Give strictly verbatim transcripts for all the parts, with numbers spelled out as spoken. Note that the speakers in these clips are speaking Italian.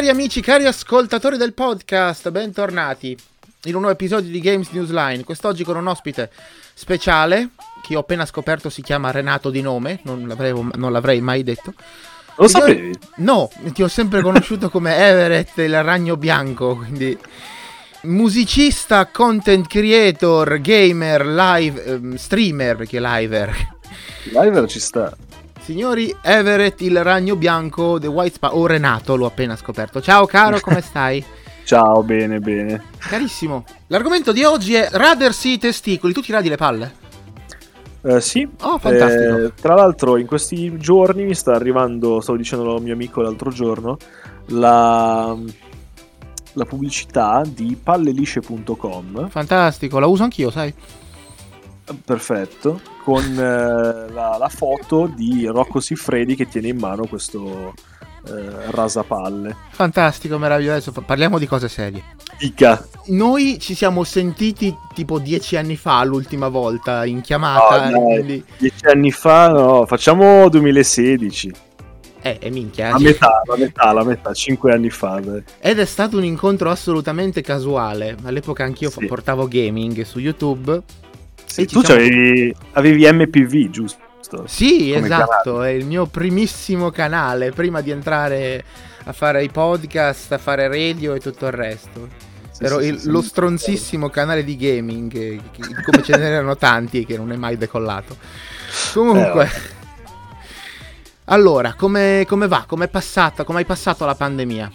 Cari amici, cari ascoltatori del podcast, bentornati in un nuovo episodio di Games Newsline. Quest'oggi con un ospite speciale che ho appena scoperto si chiama Renato di nome, non l'avrei, non l'avrei mai detto. Lo sapevi? No, ti ho sempre conosciuto come Everett il ragno bianco, quindi musicista, content creator, gamer, live, ehm, streamer, perché liver. Liver ci sta. Signori, Everett il ragno bianco, The White Spa, o Renato, l'ho appena scoperto. Ciao caro, come stai? Ciao, bene, bene. Carissimo, l'argomento di oggi è radersi i testicoli. Tu ti radi le palle? Uh, sì. Oh, fantastico. Eh, tra l'altro in questi giorni mi sta arrivando, stavo dicendo al mio amico l'altro giorno, la, la pubblicità di pallelisce punto com. Fantastico, la uso anch'io, sai? Perfetto, con eh, la, la foto di Rocco Siffredi che tiene in mano questo eh, rasapalle. Fantastico, meraviglioso. Parliamo di cose serie. Dica. Noi ci siamo sentiti tipo dieci anni fa l'ultima volta in chiamata. No, dai, quindi... Dieci anni fa, no, facciamo duemilasedici. Eh, eh minchia. La metà, la metà, la metà, cinque anni fa. Dai. Ed è stato un incontro assolutamente casuale. All'epoca anch'io sì. portavo gaming su YouTube. Sì, tu siamo... avevi, avevi M P V, giusto? Sì, come esatto, canale. È il mio primissimo canale, prima di entrare a fare i podcast, a fare radio e tutto il resto. Sì, Ero sì, il, sì, lo sì, stronzissimo sì. canale di gaming, che, che, come ce n'erano tanti e che non è mai decollato. Comunque, eh, allora, come, come va? Come è passata? Come hai passato la pandemia?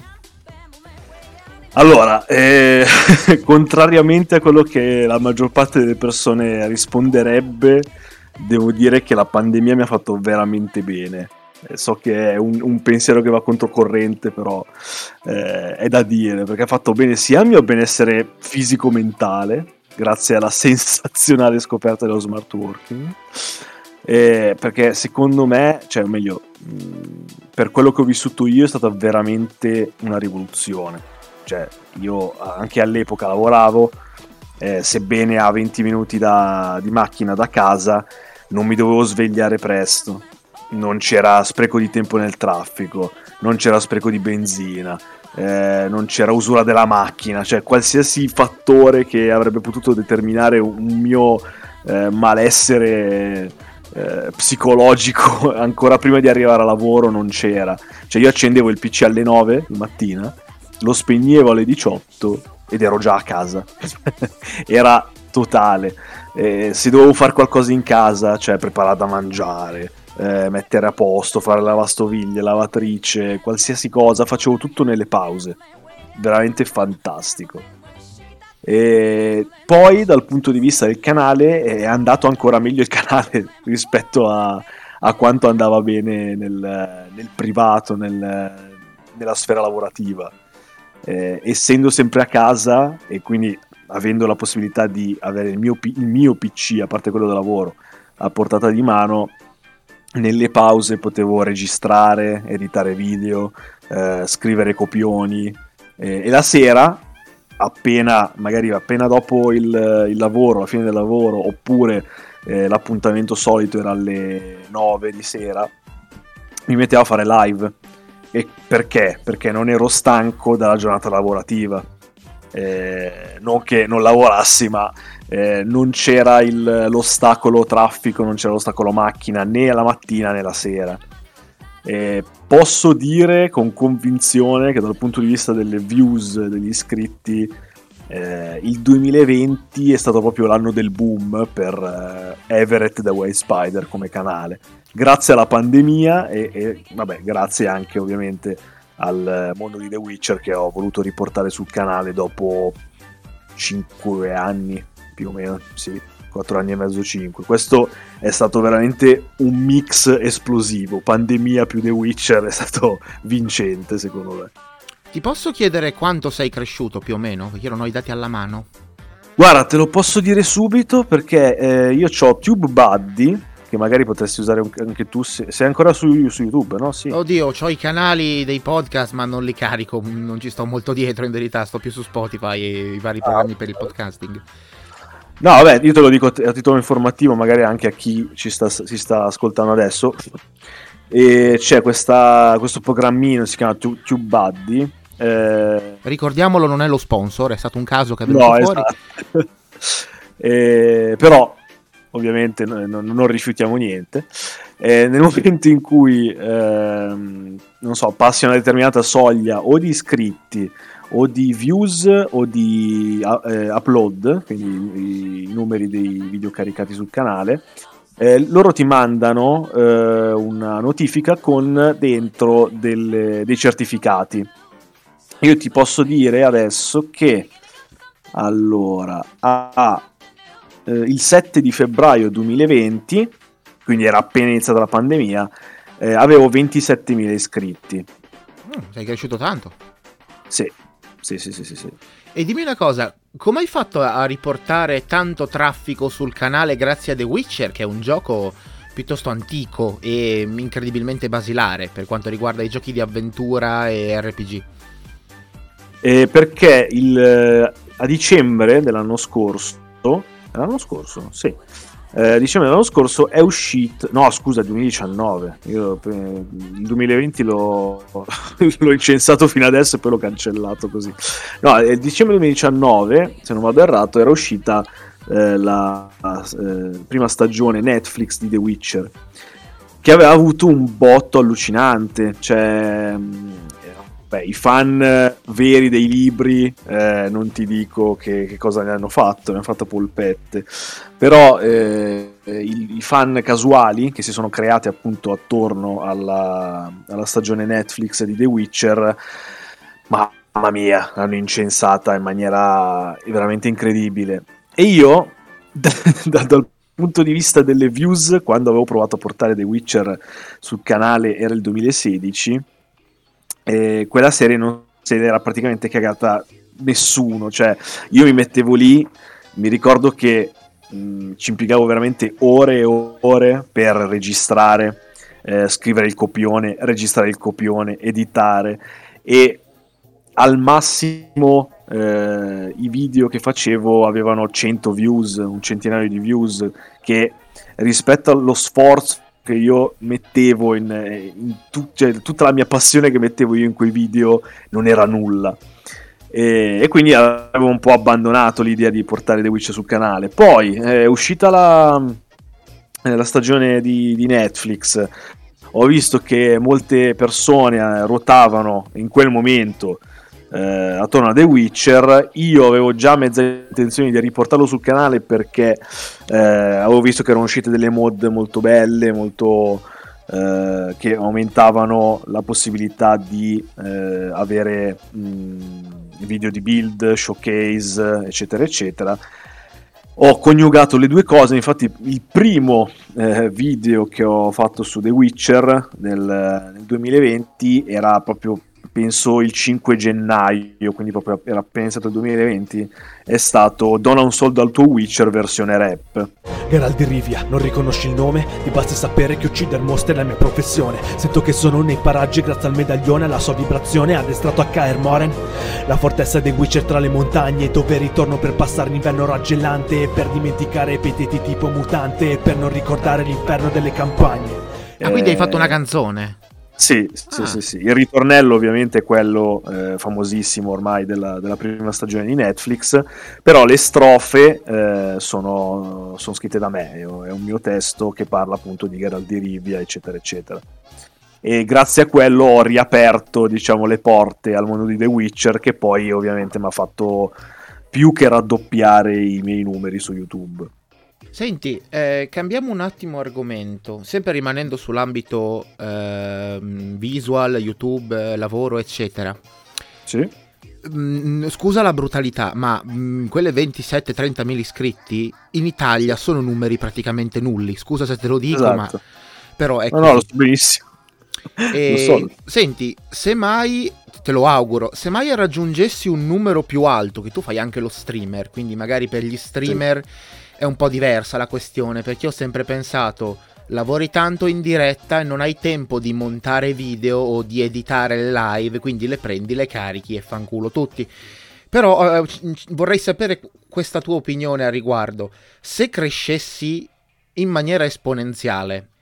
Allora, eh, contrariamente a quello che la maggior parte delle persone risponderebbe, devo dire che la pandemia mi ha fatto veramente bene. Eh, so che è un, un pensiero che va controcorrente, però eh, è da dire, perché ha fatto bene sia al mio benessere fisico-mentale, grazie alla sensazionale scoperta dello smart working, eh, perché secondo me, cioè meglio, mh, per quello che ho vissuto io è stata veramente una rivoluzione. Cioè, io anche all'epoca lavoravo, eh, sebbene a venti minuti da, di macchina da casa, non mi dovevo svegliare presto, non c'era spreco di tempo nel traffico, non c'era spreco di benzina, eh, non c'era usura della macchina, cioè qualsiasi fattore che avrebbe potuto determinare un mio eh, malessere eh, psicologico ancora prima di arrivare a lavoro non c'era. Cioè io accendevo il P C alle nove di mattina, lo spegnevo alle diciotto ed ero già a casa. Era totale. Eh, se dovevo fare qualcosa in casa, cioè preparare da mangiare, eh, mettere a posto, fare lavastoviglie, lavatrice, qualsiasi cosa, facevo tutto nelle pause. Veramente fantastico. E poi dal punto di vista del canale è andato ancora meglio il canale rispetto a, a quanto andava bene nel, nel privato, nel, nella sfera lavorativa. Eh, essendo sempre a casa e quindi avendo la possibilità di avere il mio, il mio P C, a parte quello da lavoro, a portata di mano, nelle pause potevo registrare, editare video, eh, scrivere copioni, eh, e la sera, appena magari appena dopo il, il lavoro, la fine del lavoro, oppure eh, l'appuntamento solito era alle nove di sera, mi mettevo a fare live. E perché? Perché non ero stanco dalla giornata lavorativa, eh, non che non lavorassi, ma eh, non c'era il, l'ostacolo traffico, non c'era l'ostacolo macchina né la mattina né la sera. Eh, posso dire con convinzione che dal punto di vista delle views, degli iscritti, eh, il duemilaventi è stato proprio l'anno del boom per eh, Everett the White Spider come canale. Grazie alla pandemia e, e vabbè, grazie anche ovviamente al mondo di The Witcher che ho voluto riportare sul canale dopo cinque anni più o meno, sì, quattro anni e mezzo, cinque. Questo è stato veramente un mix esplosivo, pandemia più The Witcher è stato vincente secondo me. Ti posso chiedere quanto sei cresciuto più o meno? Perché io non ho i dati alla mano. Guarda, te lo posso dire subito perché eh, io ho TubeBuddy, che magari potresti usare anche tu, se, sei ancora su, su YouTube, no? Sì. Oddio, ho i canali dei podcast ma non li carico, non ci sto molto dietro in verità, sto più su Spotify e i vari programmi ah, per il podcasting. No, vabbè, io te lo dico a titolo informativo, magari anche a chi ci sta, si sta ascoltando adesso. E c'è questa, questo programmino, si chiama TubeBuddy, Eh... Ricordiamolo, non è lo sponsor, è stato un caso che è venuto no, fuori. Esatto. eh, però ovviamente non, non rifiutiamo niente. Eh, nel momento in cui ehm, non so, passi una determinata soglia o di iscritti o di views o di eh, upload, quindi i, i numeri dei video caricati sul canale, eh, loro ti mandano eh, una notifica con dentro delle, dei certificati. Io ti posso dire adesso che allora a eh, il sette di febbraio duemilaventi, quindi era appena iniziata la pandemia, eh, avevo ventisettemila iscritti. Mm, sei cresciuto tanto. Sì. Sì, sì, sì, sì, sì. E dimmi una cosa, come hai fatto a riportare tanto traffico sul canale grazie a The Witcher, che è un gioco piuttosto antico e incredibilmente basilare per quanto riguarda i giochi di avventura e R P G? Eh, perché il, a dicembre dell'anno scorso, l'anno scorso, sì, eh, dicembre dell'anno scorso è uscito, no scusa, duemiladiciannove, io eh, il duemilaventi l'ho, l'ho incensato fino adesso e poi l'ho cancellato così. No, il dicembre duemiladiciannove, se non vado errato, era uscita eh, la eh, prima stagione Netflix di The Witcher, che aveva avuto un botto allucinante, cioè beh, i fan veri dei libri eh, non ti dico che, che cosa ne hanno fatto, ne hanno fatto polpette, però eh, i, i fan casuali che si sono creati appunto attorno alla, alla stagione Netflix di The Witcher, ma mamma mia, l'hanno incensata in maniera veramente incredibile. E io da, da, dal punto di vista delle views, quando avevo provato a portare The Witcher sul canale era il duemilasedici, e quella serie non se l'era praticamente cagata nessuno, cioè io mi mettevo lì, mi ricordo che mh, ci impiegavo veramente ore e ore per registrare, eh, scrivere il copione, registrare il copione, editare, e al massimo eh, i video che facevo avevano cento views, un centinaio di views, che rispetto allo sforzo che io mettevo in, in tu, cioè, tutta la mia passione che mettevo io in quei video non era nulla, e, e quindi avevo un po' abbandonato l'idea di portare The Witcher sul canale. Poi è uscita la, la stagione di, di Netflix, ho visto che molte persone ruotavano in quel momento Eh, attorno a The Witcher. Io avevo già mezza intenzione di riportarlo sul canale perché eh, avevo visto che erano uscite delle mod molto belle, molto eh, che aumentavano la possibilità di eh, avere mh, video di build, showcase, eccetera eccetera. Ho coniugato le due cose, infatti il primo eh, video che ho fatto su The Witcher nel, nel duemilaventi era proprio, penso, il cinque gennaio, quindi proprio era appena iniziato il duemilaventi, è stato Dona un soldo al tuo Witcher versione rap. Geralt di Rivia, non riconosci il nome? Ti basti sapere che uccidere mostri è la mia professione. Sento che sono nei paraggi grazie al medaglione, alla sua vibrazione addestrato a Kaer Morhen, la fortezza dei Witcher tra le montagne, dove ritorno per passare l'inverno raggellante, per dimenticare epiteti tipo mutante, per non ricordare l'inferno delle campagne. Ah, eh... quindi hai fatto una canzone? Sì, sì, ah. sì, sì. Il ritornello ovviamente è quello eh, famosissimo ormai della, della prima stagione di Netflix, però le strofe eh, sono, sono scritte da me, è un mio testo che parla appunto di Geralt di Rivia, eccetera, eccetera. E grazie a quello ho riaperto, diciamo, le porte al mondo di The Witcher, che poi ovviamente mi ha fatto più che raddoppiare i miei numeri su YouTube. Senti, eh, cambiamo un attimo argomento, sempre rimanendo sull'ambito eh, visual, YouTube, lavoro, eccetera. Sì. Mm, scusa la brutalità, ma mm, quelle ventisette trenta mila iscritti in Italia sono numeri praticamente nulli. Scusa se te lo dico, esatto. ma però è no, no, lo so benissimo. E, lo so. Senti, se mai, te lo auguro, se mai raggiungessi un numero più alto, che tu fai anche lo streamer, quindi magari per gli streamer sì. È un po' diversa la questione, perché ho sempre pensato, lavori tanto in diretta e non hai tempo di montare video o di editare le live, quindi le prendi, le carichi e fanculo tutti. Però eh, vorrei sapere questa tua opinione a riguardo. Se crescessi in maniera esponenziale,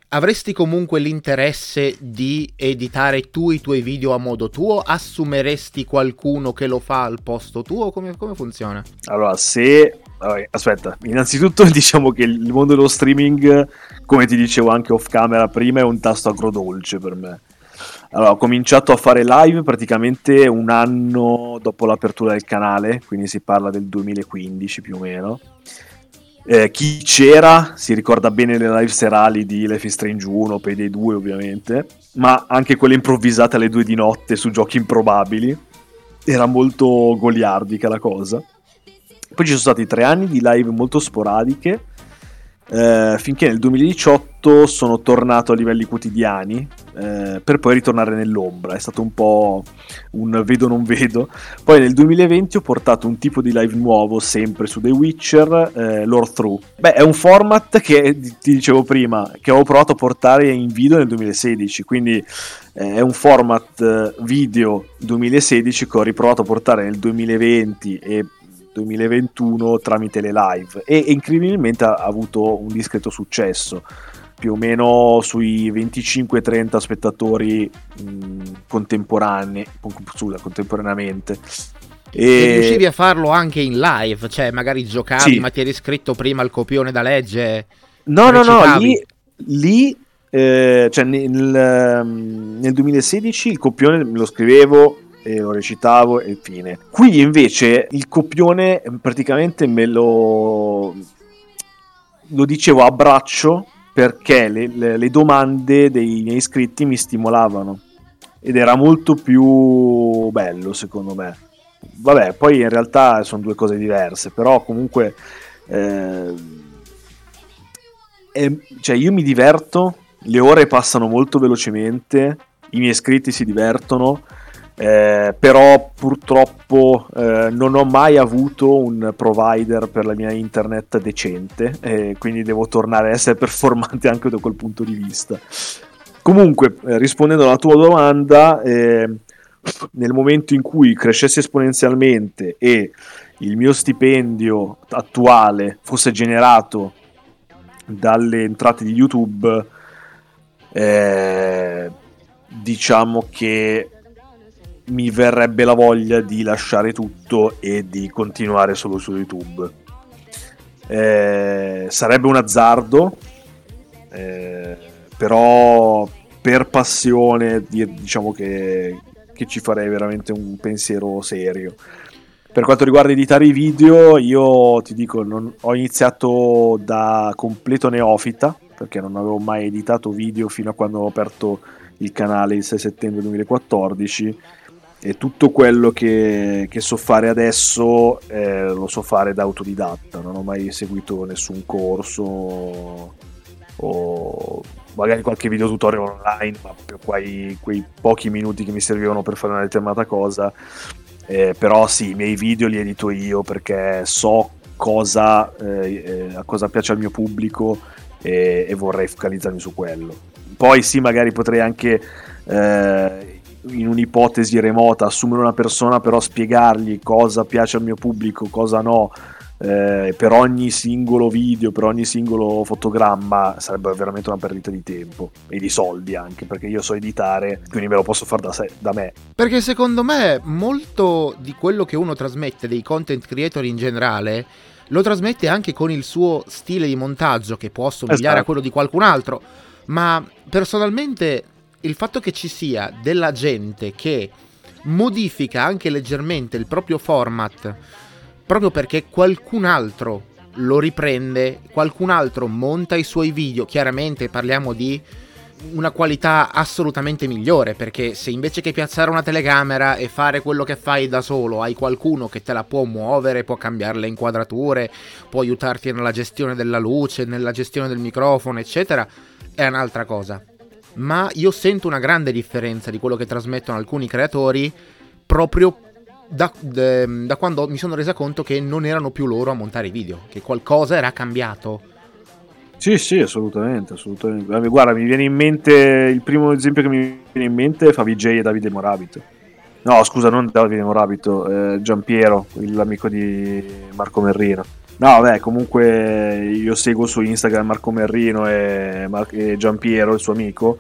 avresti comunque l'interesse di editare tu i tuoi video a modo tuo? Assumeresti qualcuno che lo fa al posto tuo? Come, come funziona? Allora, se... Vabbè, aspetta, innanzitutto diciamo che il mondo dello streaming, come ti dicevo anche off camera prima, è un tasto agrodolce per me. Allora, ho cominciato a fare live praticamente un anno dopo l'apertura del canale, quindi si parla del duemilaquindici più o meno. Eh, chi c'era si ricorda bene le live serali di Life is Strange uno, Payday due ovviamente, ma anche quelle improvvisate alle due di notte su giochi improbabili. Era molto goliardica la cosa. Poi ci sono stati tre anni di live molto sporadiche, eh, finché nel duemiladiciotto sono tornato a livelli quotidiani, eh, per poi ritornare nell'ombra. È stato un po' un vedo non vedo. Poi nel duemilaventi ho portato un tipo di live nuovo, sempre su The Witcher, eh, Lore Through. Beh, è un format che, ti dicevo prima, che ho provato a portare in video nel duemilasedici, quindi eh, è un format video duemilasedici che ho riprovato a portare nel duemilaventi e duemilaventuno tramite le live, e, e incredibilmente ha, ha avuto un discreto successo, più o meno sui venticinque trenta spettatori mh, contemporanei, scusa, contemporaneamente. E... e riuscivi a farlo anche in live, cioè magari giocavi, sì, ma ti eri scritto prima il copione da legge? No, no, no, lì, lì eh, cioè nel, nel duemilasedici il copione me lo scrivevo e lo recitavo e fine. Qui invece il copione praticamente me lo lo dicevo a braccio, perché le, le, le domande dei miei iscritti mi stimolavano ed era molto più bello secondo me. Vabbè, poi in realtà sono due cose diverse, però comunque eh, è, cioè io mi diverto, le ore passano molto velocemente, i miei iscritti si divertono. Eh, però purtroppo eh, non ho mai avuto un provider per la mia internet decente, e quindi devo tornare a essere performante anche da quel punto di vista. Comunque, eh, rispondendo alla tua domanda, eh, nel momento in cui crescesse esponenzialmente e il mio stipendio attuale fosse generato dalle entrate di YouTube, eh, diciamo che mi verrebbe la voglia di lasciare tutto e di continuare solo su YouTube. Eh, sarebbe un azzardo, eh, però per passione diciamo che, che ci farei veramente un pensiero serio. Per quanto riguarda editare i video, io ti dico, non, ho iniziato da completo neofita, perché non avevo mai editato video fino a quando ho aperto il canale il sei settembre duemilaquattordici, e tutto quello che, che so fare adesso eh, lo so fare da autodidatta. Non ho mai seguito nessun corso o magari qualche video tutorial online, ma per quei, quei pochi minuti che mi servivano per fare una determinata cosa. Eh, però sì, i miei video li edito io perché so cosa, eh, eh, a cosa piace al mio pubblico, e, e vorrei focalizzarmi su quello. Poi sì, magari potrei anche eh, in un'ipotesi remota assumere una persona, però spiegargli cosa piace al mio pubblico, cosa no, eh, per ogni singolo video, per ogni singolo fotogramma, sarebbe veramente una perdita di tempo e di soldi anche, perché io so editare, quindi me lo posso fare da, sé, da me. Perché secondo me molto di quello che uno trasmette, dei content creator in generale, lo trasmette anche con il suo stile di montaggio, che può assomigliare esatto. a quello di qualcun altro, ma personalmente il fatto che ci sia della gente che modifica anche leggermente il proprio format proprio perché qualcun altro lo riprende, qualcun altro monta i suoi video, chiaramente parliamo di una qualità assolutamente migliore, perché se invece che piazzare una telecamera e fare quello che fai da solo hai qualcuno che te la può muovere, può cambiare le inquadrature, può aiutarti nella gestione della luce, nella gestione del microfono eccetera, è un'altra cosa. Ma io sento una grande differenza di quello che trasmettono alcuni creatori proprio da, de, da quando mi sono resa conto che non erano più loro a montare i video, che qualcosa era cambiato. Sì, sì, assolutamente, assolutamente. Guarda, mi viene in mente, il primo esempio che mi viene in mente è Favi J e Davide Morabito. No, scusa, non Davide Morabito, eh, Giampiero, l'amico di Marco Merrino. No, beh, comunque io seguo su Instagram Marco Merrino e, Mar- e Giampiero, il suo amico,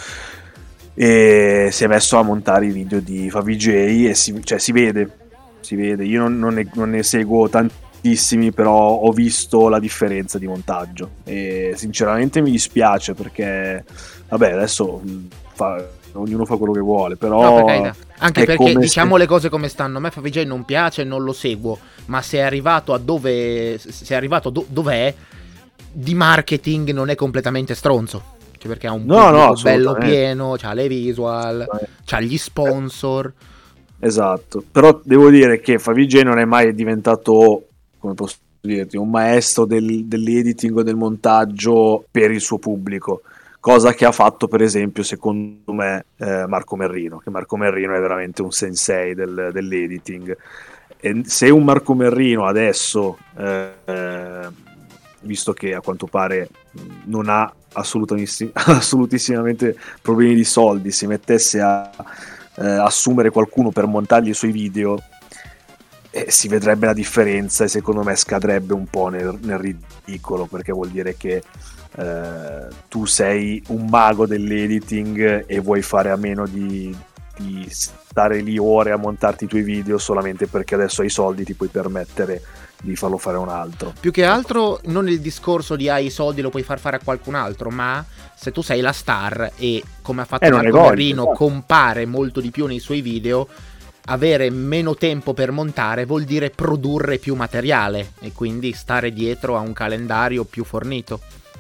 e si è messo a montare i video di Favij e si, cioè, si vede, si vede. Io non, non, ne, non ne seguo tantissimi, però ho visto la differenza di montaggio e sinceramente mi dispiace perché, vabbè, adesso fa, ognuno fa quello che vuole, però... No, per anche perché diciamo se... le cose come stanno, a me Favij non piace e non lo seguo, ma se è arrivato a dove se è arrivato do, dov'è, di marketing non è completamente stronzo, cioè perché ha un no, no, bello pieno, c'ha le visual, c'ha gli sponsor. Esatto, però devo dire che Favij non è mai diventato, come posso dirti, un maestro del, dell'editing o del montaggio per il suo pubblico, cosa che ha fatto per esempio secondo me eh, Marco Merrino, che Marco Merrino è veramente un sensei del, dell'editing. E se un Marco Merrino adesso eh, eh, visto che a quanto pare non ha assolutissim- assolutissimamente problemi di soldi, si mettesse a eh, assumere qualcuno per montargli i suoi video, eh, si vedrebbe la differenza e secondo me scadrebbe un po' nel, nel ridicolo, perché vuol dire che eh, tu sei un mago dell'editing e vuoi fare a meno di, di stare lì ore a montarti i tuoi video solamente perché adesso hai soldi, ti puoi permettere di farlo fare a un altro. Più che altro non il discorso di hai i soldi lo puoi far fare a qualcun altro, ma se tu sei la star e come ha fatto eh, Marco Merrino esatto. compare molto di più nei suoi video, avere meno tempo per montare vuol dire produrre più materiale e quindi stare dietro a un calendario più fornito.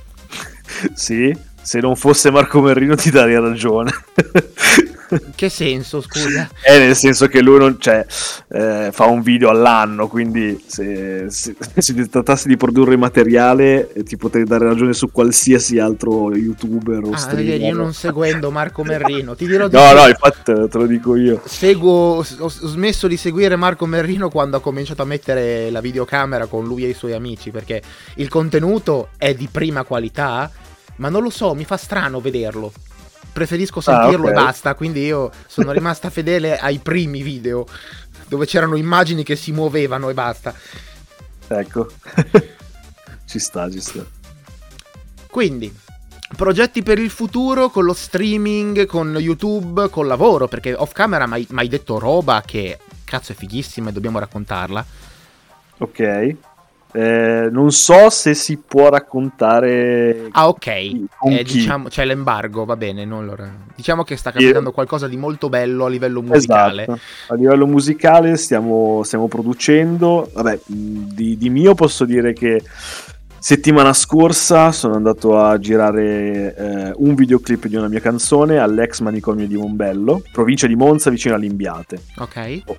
Sì, se non fosse Marco Merrino ti darei ragione. Che senso, scusa? È nel senso che lui non, cioè, eh, fa un video all'anno, quindi se, se, se si trattasse di produrre materiale eh, ti potrei dare ragione su qualsiasi altro youtuber o ah, streamer. Io non seguendo Marco Merrino, ti dirò di No, più. no, infatti te lo dico io. Seguo, ho, ho smesso di seguire Marco Merrino quando ha cominciato a mettere la videocamera con lui e i suoi amici, perché il contenuto è di prima qualità, ma non lo so, mi fa strano vederlo. Preferisco sentirlo ah, okay. e basta, quindi io sono rimasta fedele ai primi video dove c'erano immagini che si muovevano e basta. Ecco. Ci sta, ci sta. Quindi progetti per il futuro con lo streaming, con YouTube, col lavoro, perché off camera mi hai detto roba che cazzo è fighissima e dobbiamo raccontarla. Ok. Eh, non so se si può raccontare. Ah, ok. Eh, diciamo, c'è l'embargo, va bene. Non lo... Diciamo che sta capitando qualcosa di molto bello a livello musicale. Esatto. A livello musicale stiamo, stiamo producendo. Vabbè, di, di mio posso dire che settimana scorsa sono andato a girare eh, un videoclip di una mia canzone all'ex manicomio di Mombello, provincia di Monza, vicino a Limbiate. Ok. Oh.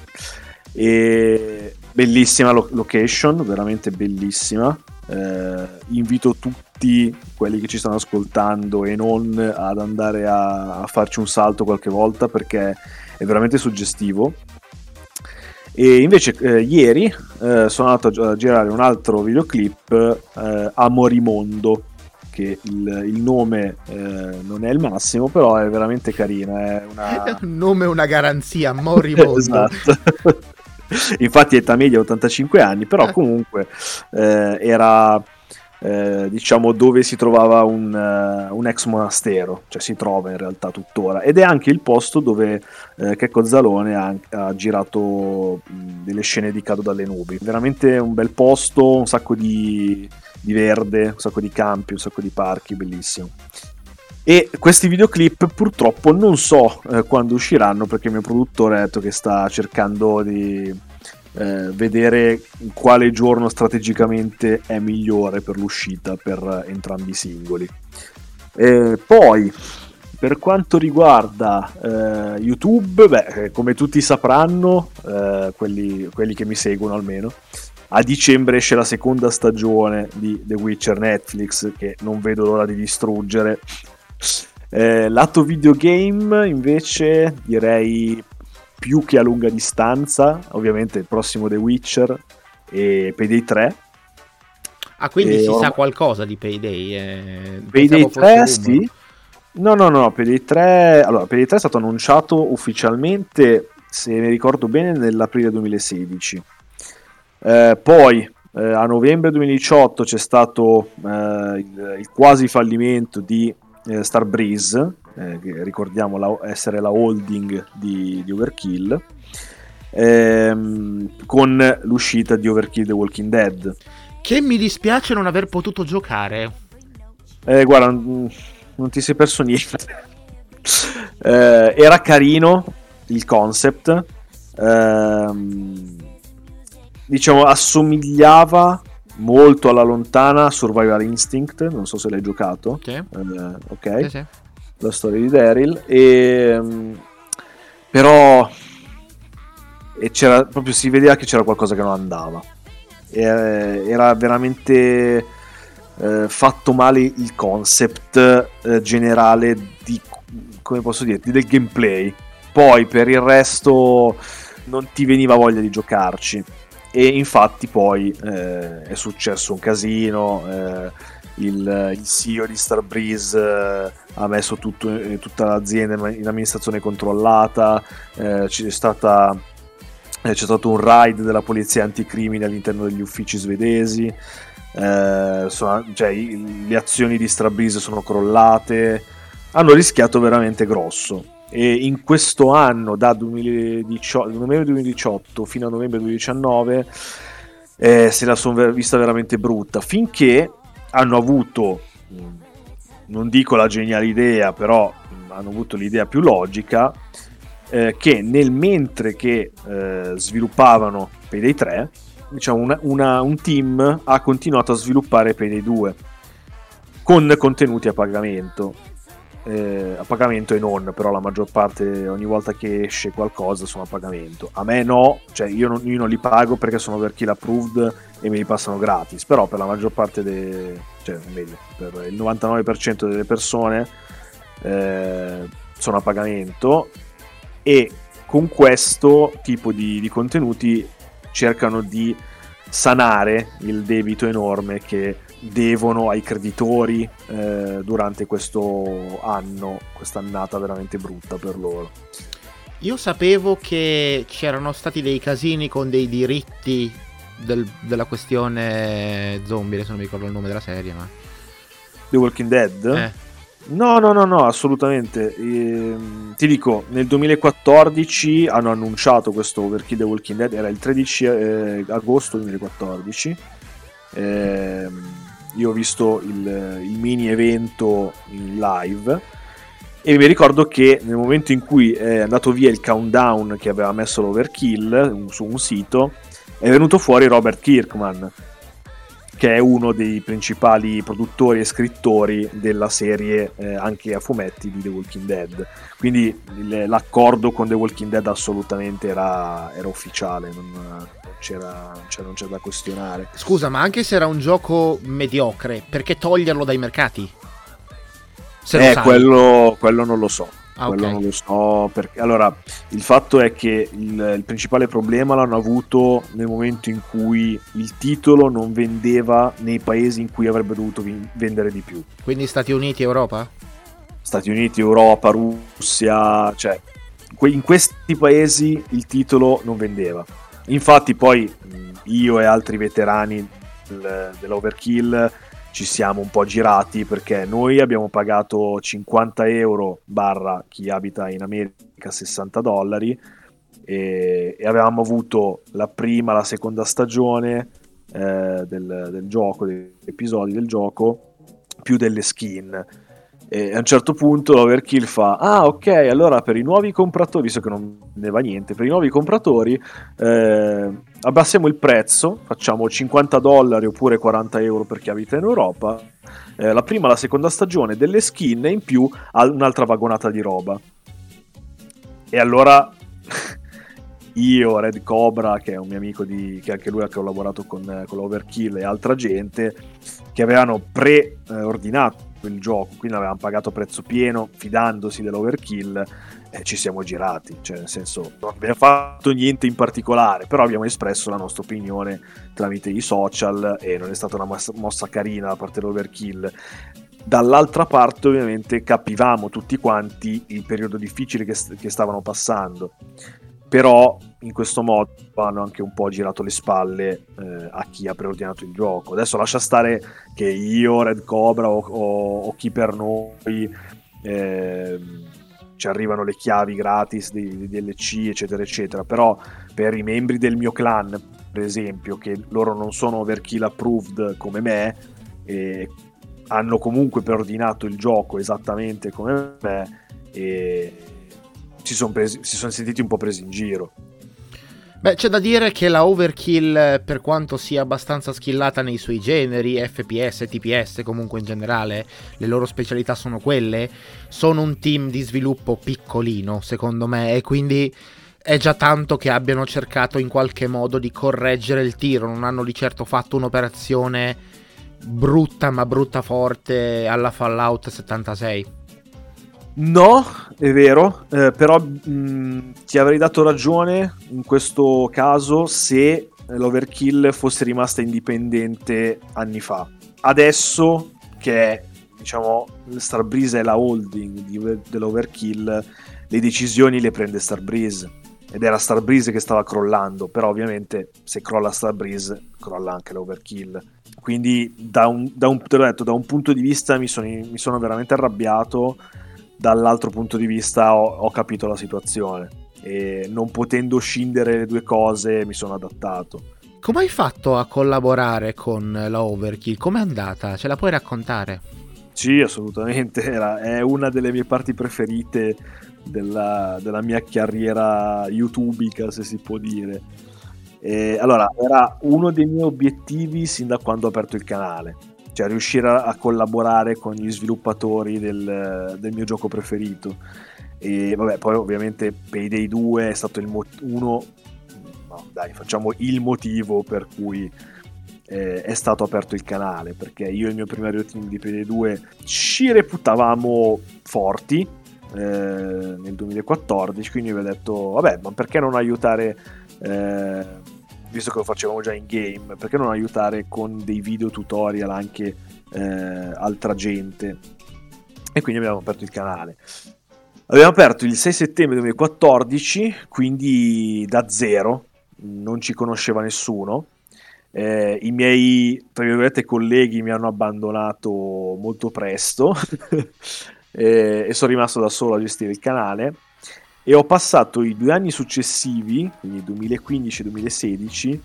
E bellissima lo- location, veramente bellissima. Eh, invito tutti quelli che ci stanno ascoltando e non ad andare a, a farci un salto qualche volta perché è veramente suggestivo. E invece eh, ieri eh, sono andato a girare un altro videoclip eh, a Morimondo, che il, il nome eh, non è il massimo, però è veramente carino. È una... È un nome, una garanzia, Morimondo. Esatto. Infatti età media ottantacinque anni, però comunque eh, era eh, diciamo dove si trovava un, uh, un ex monastero, cioè si trova in realtà tuttora, ed è anche il posto dove eh, Checco Zalone ha, ha girato mh, delle scene di Cado dalle nubi. Veramente un bel posto, un sacco di, di verde, un sacco di campi, un sacco di parchi, bellissimo. E questi videoclip purtroppo non so eh, quando usciranno, perché il mio produttore ha detto che sta cercando di eh, vedere quale giorno strategicamente è migliore per l'uscita per entrambi i singoli. E poi per quanto riguarda eh, YouTube, beh, come tutti sapranno, eh, quelli, quelli che mi seguono almeno, a dicembre esce la seconda stagione di The Witcher Netflix, che non vedo l'ora di distruggere. Eh, lato videogame invece direi più che a lunga distanza, ovviamente il prossimo The Witcher e Payday tre. Ah, quindi e si or- sa qualcosa di Payday? Eh, Payday tre, sì. No, no, no, Payday tre, allora Payday tre è stato annunciato ufficialmente, se mi ricordo bene, nell'aprile duemilasedici. Eh, poi eh, a novembre duemiladiciotto c'è stato eh, il, il quasi fallimento di eh, Starbreeze, eh, che ricordiamo la, essere la holding di, di Overkill, ehm, con l'uscita di Overkill The Walking Dead, che mi dispiace non aver potuto giocare. Eh, guarda, non ti sei perso niente. eh, era carino il concept, ehm, diciamo assomigliava molto alla lontana Survival Instinct, non so se l'hai giocato. Sì. Eh, ok, Sì, sì. La storia di Daryl, e, però e c'era proprio, si vedeva che c'era qualcosa che non andava, e, era veramente eh, fatto male il concept eh, generale di, come posso dirti, del gameplay. Poi per il resto non ti veniva voglia di giocarci, e infatti poi eh, è successo un casino. eh, il, il C E O di Starbreeze eh, ha messo tutto, eh, tutta l'azienda in amministrazione controllata, eh, c'è stata eh, c'è stato un raid della polizia anticrimine all'interno degli uffici svedesi, eh, sono, cioè, i, le azioni di Starbreeze sono crollate, hanno rischiato veramente grosso. E in questo anno, da duemiladiciotto, novembre duemiladiciotto fino a novembre duemiladiciannove, eh, se la sono vista veramente brutta, finché hanno avuto, non dico la geniale idea, però hanno avuto l'idea più logica, eh, che nel mentre che eh, sviluppavano Payday tre, diciamo una, una, un team ha continuato a sviluppare Payday due con contenuti a pagamento. Eh, a pagamento e non, però la maggior parte, ogni volta che esce qualcosa, sono a pagamento. A me no, cioè io non, io non li pago perché sono Overkill approved e me li passano gratis, però per la maggior parte de, cioè meglio, per il novantanove per cento delle persone eh, sono a pagamento, e con questo tipo di, di contenuti cercano di sanare il debito enorme che devono ai creditori eh, durante questo anno, quest'annata veramente brutta per loro. Io sapevo che c'erano stati dei casini con dei diritti del, della questione zombie, adesso non mi ricordo il nome della serie, ma The Walking Dead? Eh. No, no, no, no, assolutamente. Ehm, ti dico, nel duemilaquattordici hanno annunciato questo Overkill The Walking Dead, era il tredici eh, agosto duemilaquattordici. Ehm, io ho visto il, il mini evento in live e mi ricordo che nel momento in cui è andato via il countdown che aveva messo l'Overkill su un sito, è venuto fuori Robert Kirkman, che è uno dei principali produttori e scrittori della serie eh, anche a fumetti di The Walking Dead. Quindi il, l'accordo con The Walking Dead assolutamente era, era ufficiale, non, non, c'era, cioè non c'era da questionare. Scusa, ma anche se era un gioco mediocre, perché toglierlo dai mercati? Se eh, quello, quello non lo so. Ah, quello okay. non lo so perché, allora, il fatto è che il, il principale problema l'hanno avuto nel momento in cui il titolo non vendeva nei paesi in cui avrebbe dovuto vin- vendere di più. Quindi Stati Uniti e Europa? Stati Uniti, Europa, Russia, cioè in questi paesi il titolo non vendeva. Infatti poi io e altri veterani del, dell'Overkill ci siamo un po' girati, perché noi abbiamo pagato cinquanta euro barra chi abita in America sessanta dollari, e, e avevamo avuto la prima, la seconda stagione eh, del, del gioco, degli episodi del gioco, più delle skin. E a un certo punto l'Overkill fa: ah, ok, allora per i nuovi compratori, visto che non ne va niente, per i nuovi compratori eh, abbassiamo il prezzo, facciamo cinquanta dollari oppure quaranta euro per chi abita in Europa, eh, la prima e la seconda stagione delle skin, e in più un'altra vagonata di roba. E allora io, Red Cobra, che è un mio amico di, che anche lui ha collaborato con, con l'Overkill, e altra gente che avevano pre-ordinato il gioco, quindi avevamo pagato prezzo pieno fidandosi dell'Overkill, e ci siamo girati, cioè nel senso non abbiamo fatto niente in particolare, però abbiamo espresso la nostra opinione tramite i social, e non è stata una mossa, mossa carina da parte dell'Overkill. Dall'altra parte ovviamente capivamo tutti quanti il periodo difficile che, st- che stavano passando, però in questo modo hanno anche un po' girato le spalle eh, a chi ha preordinato il gioco. Adesso lascia stare che io, Red Cobra o, o, o chi per noi eh, ci arrivano le chiavi gratis dei, dei D L C eccetera eccetera, però per i membri del mio clan per esempio, che loro non sono overkill approved come me e hanno comunque preordinato il gioco esattamente come me e si sono presi, si sono sentiti un po' presi in giro. Beh, c'è da dire che la Overkill, per quanto sia abbastanza skillata nei suoi generi, F P S, T P S, comunque in generale, le loro specialità sono quelle, sono un team di sviluppo piccolino, secondo me, e quindi è già tanto che abbiano cercato in qualche modo di correggere il tiro, non hanno di certo fatto un'operazione brutta, ma brutta forte alla Fallout settantasei. No, è vero, eh, però mh, ti avrei dato ragione in questo caso se l'Overkill fosse rimasta indipendente anni fa. Adesso che diciamo Starbreeze è la holding di, dell'Overkill, le decisioni le prende Starbreeze ed era Starbreeze che stava crollando, però ovviamente se crolla Starbreeze crolla anche l'Overkill. Quindi da un, da un, te l'ho detto, da un punto di vista mi sono, mi sono veramente arrabbiato. Dall'altro punto di vista ho, ho capito la situazione e non potendo scindere le due cose mi sono adattato. Come hai fatto a collaborare con la Overkill? Com'è andata? Ce la puoi raccontare? Sì, assolutamente, era, è una delle mie parti preferite della, della mia carriera youtubica, se si può dire. E, allora, era uno dei miei obiettivi sin da quando ho aperto il canale, cioè riuscire a collaborare con gli sviluppatori del, del mio gioco preferito. E vabbè, poi ovviamente Payday due è stato il mo- uno no, dai, facciamo il motivo per cui eh, è stato aperto il canale, perché io e il mio primario team di Payday due ci reputavamo forti eh, nel duemilaquattordici, quindi vi ho detto vabbè, ma perché non aiutare eh, visto che lo facevamo già in game, perché non aiutare con dei video tutorial anche eh, altra gente? E quindi abbiamo aperto il canale. Abbiamo aperto il sei settembre duemilaquattordici, quindi da zero, non ci conosceva nessuno. Eh, I miei, tra virgolette, colleghi mi hanno abbandonato molto presto e, e sono rimasto da solo a gestire il canale. E ho passato i due anni successivi, quindi duemilaquindici duemilasedici,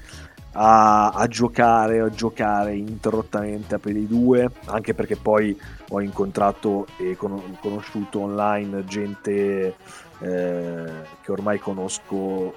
a, a giocare, a giocare ininterrottamente a Payday due, anche perché poi ho incontrato e con, conosciuto online gente eh, che ormai conosco.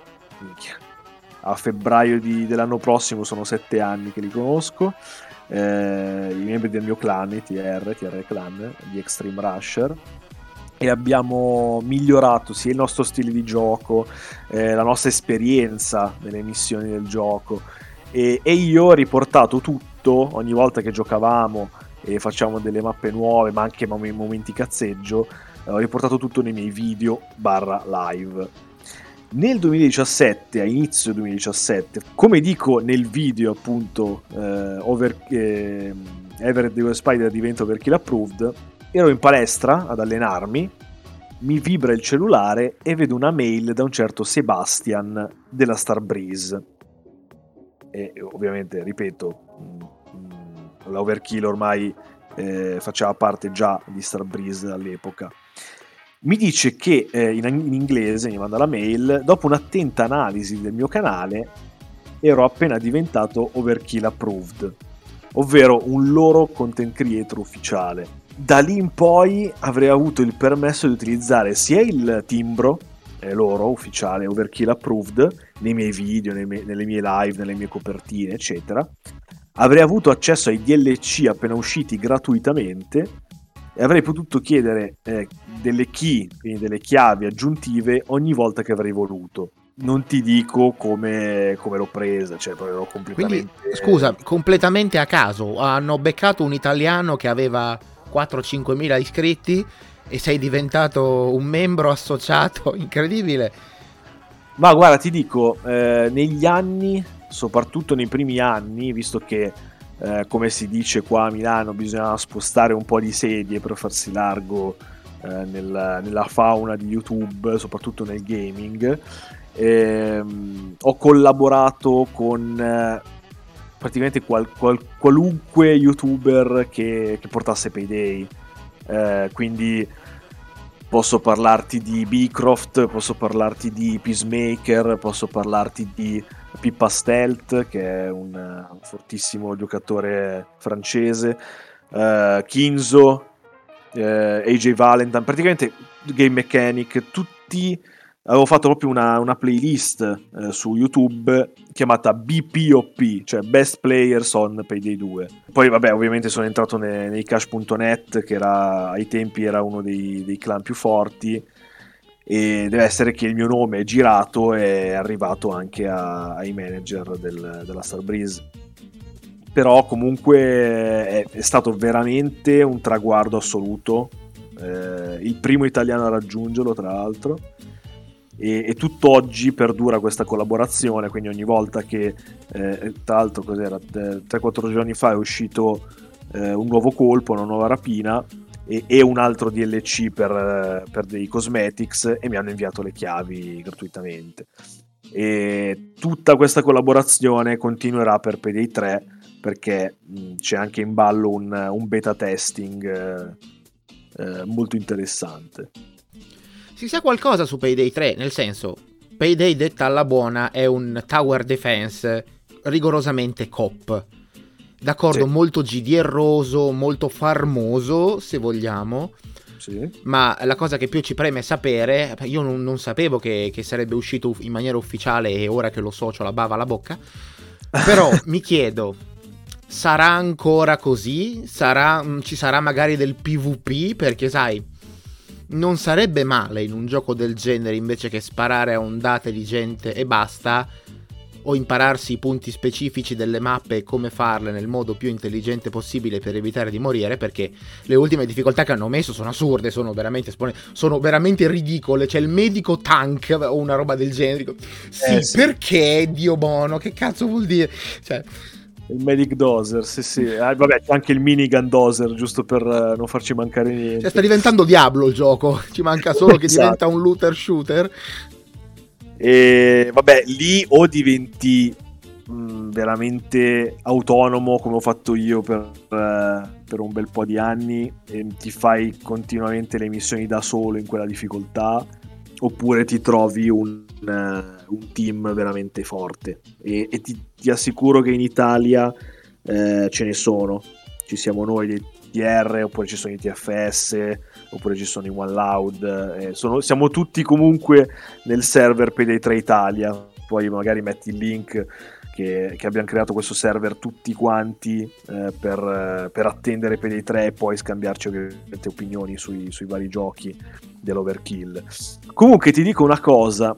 A febbraio di, dell'anno prossimo sono sette anni che li conosco, eh, i membri del mio clan, T R, T R Clan, di Extreme Rusher. E abbiamo migliorato sia il nostro stile di gioco, eh, la nostra esperienza nelle missioni del gioco e, e io ho riportato tutto ogni volta che giocavamo e facciamo delle mappe nuove ma anche momenti cazzeggio, eh, ho riportato tutto nei miei video barra live. Nel duemiladiciassette, a inizio duemiladiciassette, come dico nel video appunto eh, over, eh, Everett the Spider diventa Overkill approved, ero in palestra ad allenarmi, mi vibra il cellulare e vedo una mail da un certo Sebastian della Starbreeze. E ovviamente, ripeto, l'Overkill ormai eh, faceva parte già di Starbreeze all'epoca. Mi dice che eh, in, in inglese, mi manda la mail, dopo un'attenta analisi del mio canale ero appena diventato Overkill approved, ovvero un loro content creator ufficiale. Da lì in poi avrei avuto il permesso di utilizzare sia il timbro eh, loro ufficiale Overkill approved nei miei video, nei miei, nelle mie live, nelle mie copertine eccetera. Avrei avuto accesso ai D L C appena usciti gratuitamente e avrei potuto chiedere eh, delle key, quindi delle chiavi aggiuntive ogni volta che avrei voluto. Non ti dico come, come l'ho presa, cioè proprio ero completamente... Quindi, scusa, completamente a caso, hanno beccato un italiano che aveva quattro cinque mila iscritti e sei diventato un membro associato, incredibile. Ma guarda, ti dico, eh, negli anni, soprattutto nei primi anni, visto che eh, come si dice qua a Milano bisogna spostare un po' di sedie per farsi largo eh, nel, nella fauna di YouTube, soprattutto nel gaming, ehm, ho collaborato con eh, praticamente qual, qual, qualunque youtuber che, che portasse Payday, eh, quindi posso parlarti di Beecroft, posso parlarti di Peacemaker, posso parlarti di Pippa Stealth, che è un, un fortissimo giocatore francese, uh, Kinzo, uh, A J Valentine, praticamente Game Mechanic, tutti. Avevo fatto proprio una, una playlist uh, su YouTube chiamata B P O P, cioè Best Players on Payday due. Poi vabbè, ovviamente sono entrato nei, nei cash punto net, che era, ai tempi era uno dei, dei clan più forti, e deve essere che il mio nome è girato e è arrivato anche a, ai manager del, della Starbreeze. Però comunque è, è stato veramente un traguardo assoluto, eh, il primo italiano a raggiungerlo tra l'altro, e, e tutt'oggi perdura questa collaborazione, quindi ogni volta che eh, tra l'altro cos'era tre quattro giorni fa è uscito eh, un nuovo colpo, una nuova rapina e, e un altro D L C per, per dei cosmetics, e mi hanno inviato le chiavi gratuitamente, e tutta questa collaborazione continuerà per Payday tre, perché mh, c'è anche in ballo un, un beta testing eh, eh, molto interessante. Si sa qualcosa su Payday tre? Nel senso, Payday detta alla buona è un tower defense rigorosamente coop. D'accordo, sì. Molto G D R-oso, molto farmoso, se vogliamo. Sì. Ma la cosa che più ci preme sapere, io non, non sapevo che, che sarebbe uscito in maniera ufficiale, e ora che lo so c'ho la bava alla bocca. Però mi chiedo, sarà ancora così? Sarà, ci sarà magari del PvP? Perché sai, non sarebbe male in un gioco del genere, invece che sparare a ondate di gente e basta, o impararsi i punti specifici delle mappe e come farle nel modo più intelligente possibile per evitare di morire, perché le ultime difficoltà che hanno messo sono assurde, sono veramente espone- sono veramente ridicole. C'è il medico tank o una roba del genere. Sì, eh, sì. Perché, Dio buono, che cazzo vuol dire? Cioè, il medic doser, sì sì, ah, vabbè, c'è anche il minigun doser, giusto per uh, non farci mancare niente. Cioè, sta diventando Diablo il gioco, ci manca solo che esatto. diventa un looter shooter. E vabbè, lì o diventi mh, veramente autonomo, come ho fatto io per, uh, per un bel po' di anni, e ti fai continuamente le missioni da solo in quella difficoltà, oppure ti trovi un, uh, un team veramente forte, e, e ti, ti assicuro che in Italia uh, ce ne sono, ci siamo noi dei T R, oppure ci sono i T F S, oppure ci sono i One Loud, eh, sono, siamo tutti comunque nel server Payday tre Italia. Poi magari metti il link che, che abbiamo creato questo server tutti quanti eh, per, per attendere Payday tre e poi scambiarci ovviamente opinioni sui, sui vari giochi dell'Overkill. Comunque ti dico una cosa,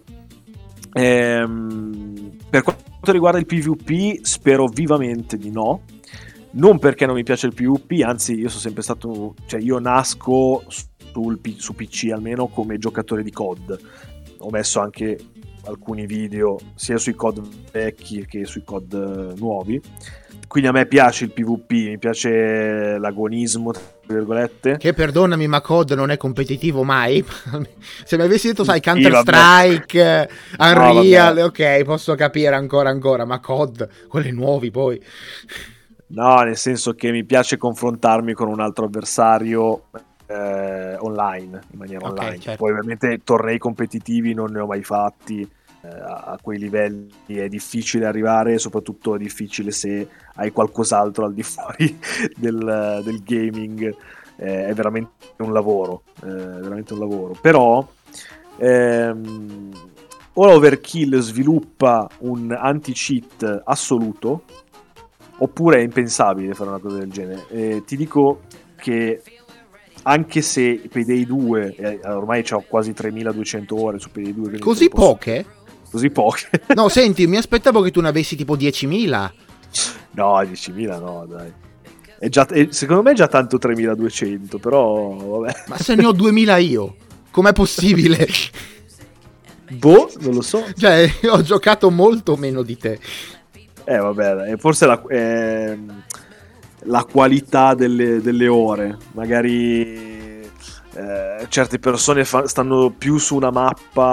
ehm, per quanto riguarda il PvP spero vivamente di no. Non perché non mi piace il PvP, anzi io sono sempre stato, cioè io nasco sul, su P C almeno come giocatore di C O D. Ho messo anche alcuni video sia sui C O D vecchi che sui C O D nuovi, quindi a me piace il PvP, mi piace l'agonismo tra virgolette. Che perdonami, ma C O D non è competitivo mai. Se mi avessi detto sai Counter Strike, sì, Unreal, no, ok, posso capire ancora ancora, ma C O D, quelli nuovi poi. No, nel senso che mi piace confrontarmi con un altro avversario eh, online, in maniera okay, online. certo. Poi ovviamente tornei competitivi non ne ho mai fatti, eh, a quei livelli è difficile arrivare, soprattutto è difficile se hai qualcos'altro al di fuori del, del gaming, eh, è veramente un lavoro, eh, è veramente un lavoro. Però ehm, ora Overkill sviluppa un anti-cheat assoluto, oppure è impensabile fare una cosa del genere. Eh, ti dico che anche se Payday due, eh, ormai c'ho quasi tremiladuecento ore su Payday due, così posso... poche? Così poche? No, senti, mi aspettavo che tu ne avessi tipo diecimila. No, diecimila no, dai. È già, è, secondo me è già tanto tremiladuecento, però vabbè. Ma se ne ho duemila io, com'è possibile? Boh, non lo so. Cioè, ho giocato molto meno di te. Eh vabbè, forse la, eh, la qualità delle, delle ore, magari eh, certe persone fa, stanno più su una mappa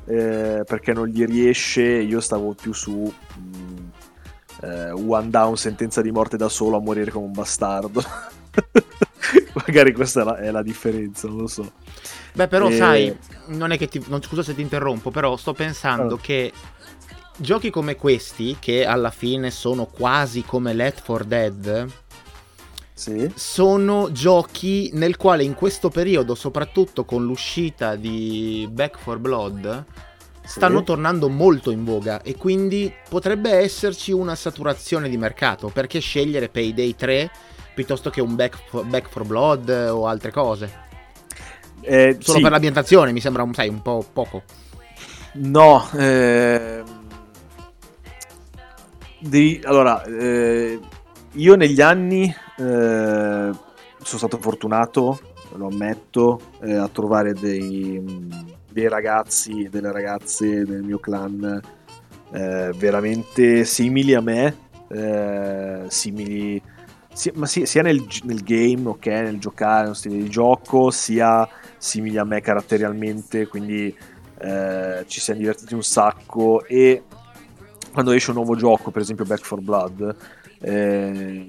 eh, perché non gli riesce. Io stavo più su mh, eh, one down, sentenza di morte da solo, a morire come un bastardo. Magari questa è la, è la differenza, non lo so. Beh, però e... sai, non è che ti, non, scusa se ti interrompo, però sto pensando oh. che giochi come questi, che alla fine sono quasi come Left four Dead, sì. sono giochi nel quale in questo periodo, soprattutto con l'uscita di Back four Blood, stanno sì. tornando molto in voga, e quindi potrebbe esserci una saturazione di mercato. Perché scegliere Payday tre piuttosto che un Back for, Back four Blood o altre cose? Eh, Solo sì. per l'ambientazione mi sembra un, sai, un po' poco. No, eh... Di, allora, eh, io negli anni eh, sono stato fortunato, lo ammetto, eh, a trovare dei, dei ragazzi e delle ragazze del mio clan eh, veramente simili a me, eh, simili, sia, ma sia, sia nel, nel game, ok, nel giocare, nello stile di gioco, sia simili a me caratterialmente, quindi eh, ci siamo divertiti un sacco. E quando esce un nuovo gioco, per esempio Back four Blood, eh,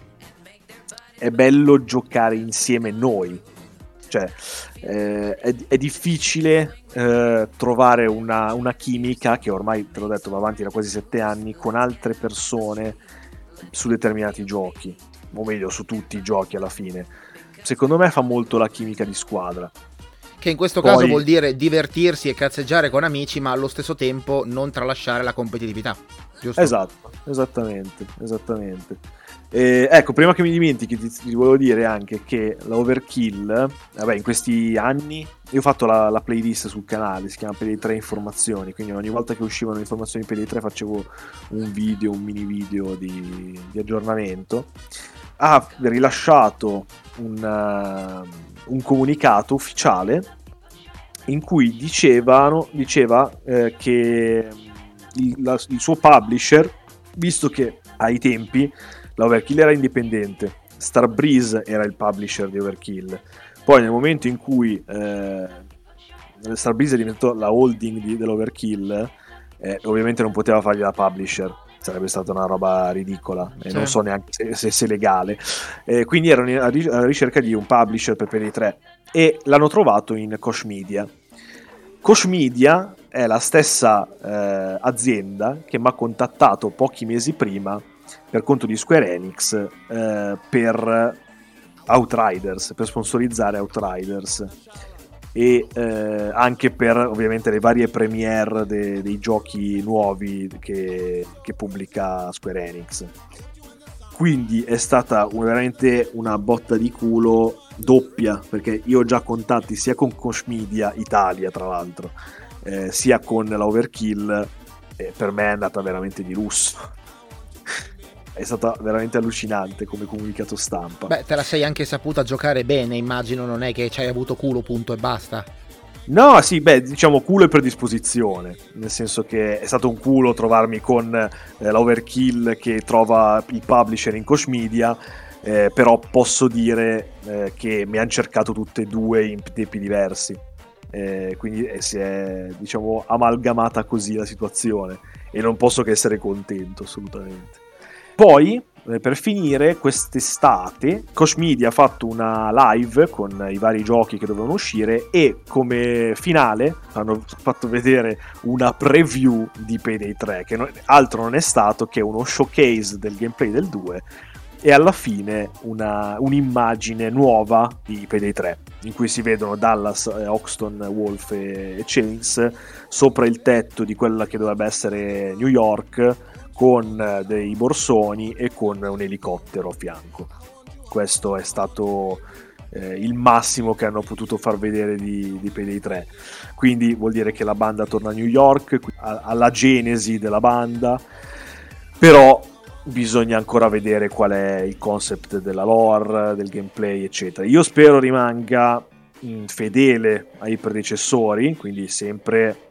è bello giocare insieme noi. Cioè, eh, è, è difficile eh, trovare una, una chimica, che ormai, te l'ho detto, va avanti da quasi sette anni, con altre persone su determinati giochi, o meglio, su tutti i giochi alla fine. Secondo me fa molto la chimica di squadra. Che in questo Poi... caso vuol dire divertirsi e cazzeggiare con amici, ma allo stesso tempo non tralasciare la competitività, giusto? Esatto, esattamente, esattamente. Eh, ecco, prima che mi dimentichi, ti, ti volevo dire anche che la Overkill, vabbè, in questi anni, io ho fatto la, la playlist sul canale, si chiama Payday tre Informazioni, quindi ogni volta che uscivano informazioni di Payday tre facevo un video, un mini video di, di aggiornamento. Ha rilasciato un... Uh, un comunicato ufficiale in cui dicevano, diceva eh, che il, la, il suo publisher, visto che ai tempi la Overkill era indipendente, Starbreeze era il publisher di Overkill, poi nel momento in cui eh, Starbreeze diventò la holding di, dell'Overkill, eh, ovviamente non poteva fargli la publisher, sarebbe stata una roba ridicola e sì. non so neanche se, se, se legale, eh, quindi erano alla ricerca di un publisher per Payday tre e l'hanno trovato in Koch Media. Koch Media è la stessa eh, azienda che mi ha contattato pochi mesi prima per conto di Square Enix eh, per Outriders, per sponsorizzare Outriders e eh, anche per ovviamente le varie premiere de- dei giochi nuovi che, che pubblica Square Enix. Quindi è stata veramente una botta di culo doppia, perché io ho già contatti sia con Koch Media Italia, tra l'altro, eh, sia con la Overkill, e per me è andata veramente di lusso. È stata veramente allucinante come comunicato stampa. Beh, te la sei anche saputa giocare bene, immagino, non è che ci hai avuto culo, punto e basta. No, sì, beh, diciamo culo e predisposizione, nel senso che è stato un culo trovarmi con eh, l'Overkill che trova il publisher in Koch Media, eh, però posso dire eh, che mi hanno cercato tutte e due in tempi diversi, eh, quindi eh, si è, diciamo, amalgamata così la situazione e non posso che essere contento, assolutamente. Poi, per finire, quest'estate Koch Media ha fatto una live con i vari giochi che dovevano uscire e come finale hanno fatto vedere una preview di Payday tre, che non, altro non è stato che uno showcase del gameplay del due e alla fine una, un'immagine nuova di Payday tre in cui si vedono Dallas, eh, Hoxton, Wolf e, e Chains sopra il tetto di quella che dovrebbe essere New York, con dei borsoni e con un elicottero a fianco. Questo è stato eh, il massimo che hanno potuto far vedere di, di Payday tre. Quindi vuol dire che la banda torna a New York, alla genesi della banda, però bisogna ancora vedere qual è il concept della lore, del gameplay, eccetera. Io spero rimanga mh, fedele ai predecessori, quindi sempre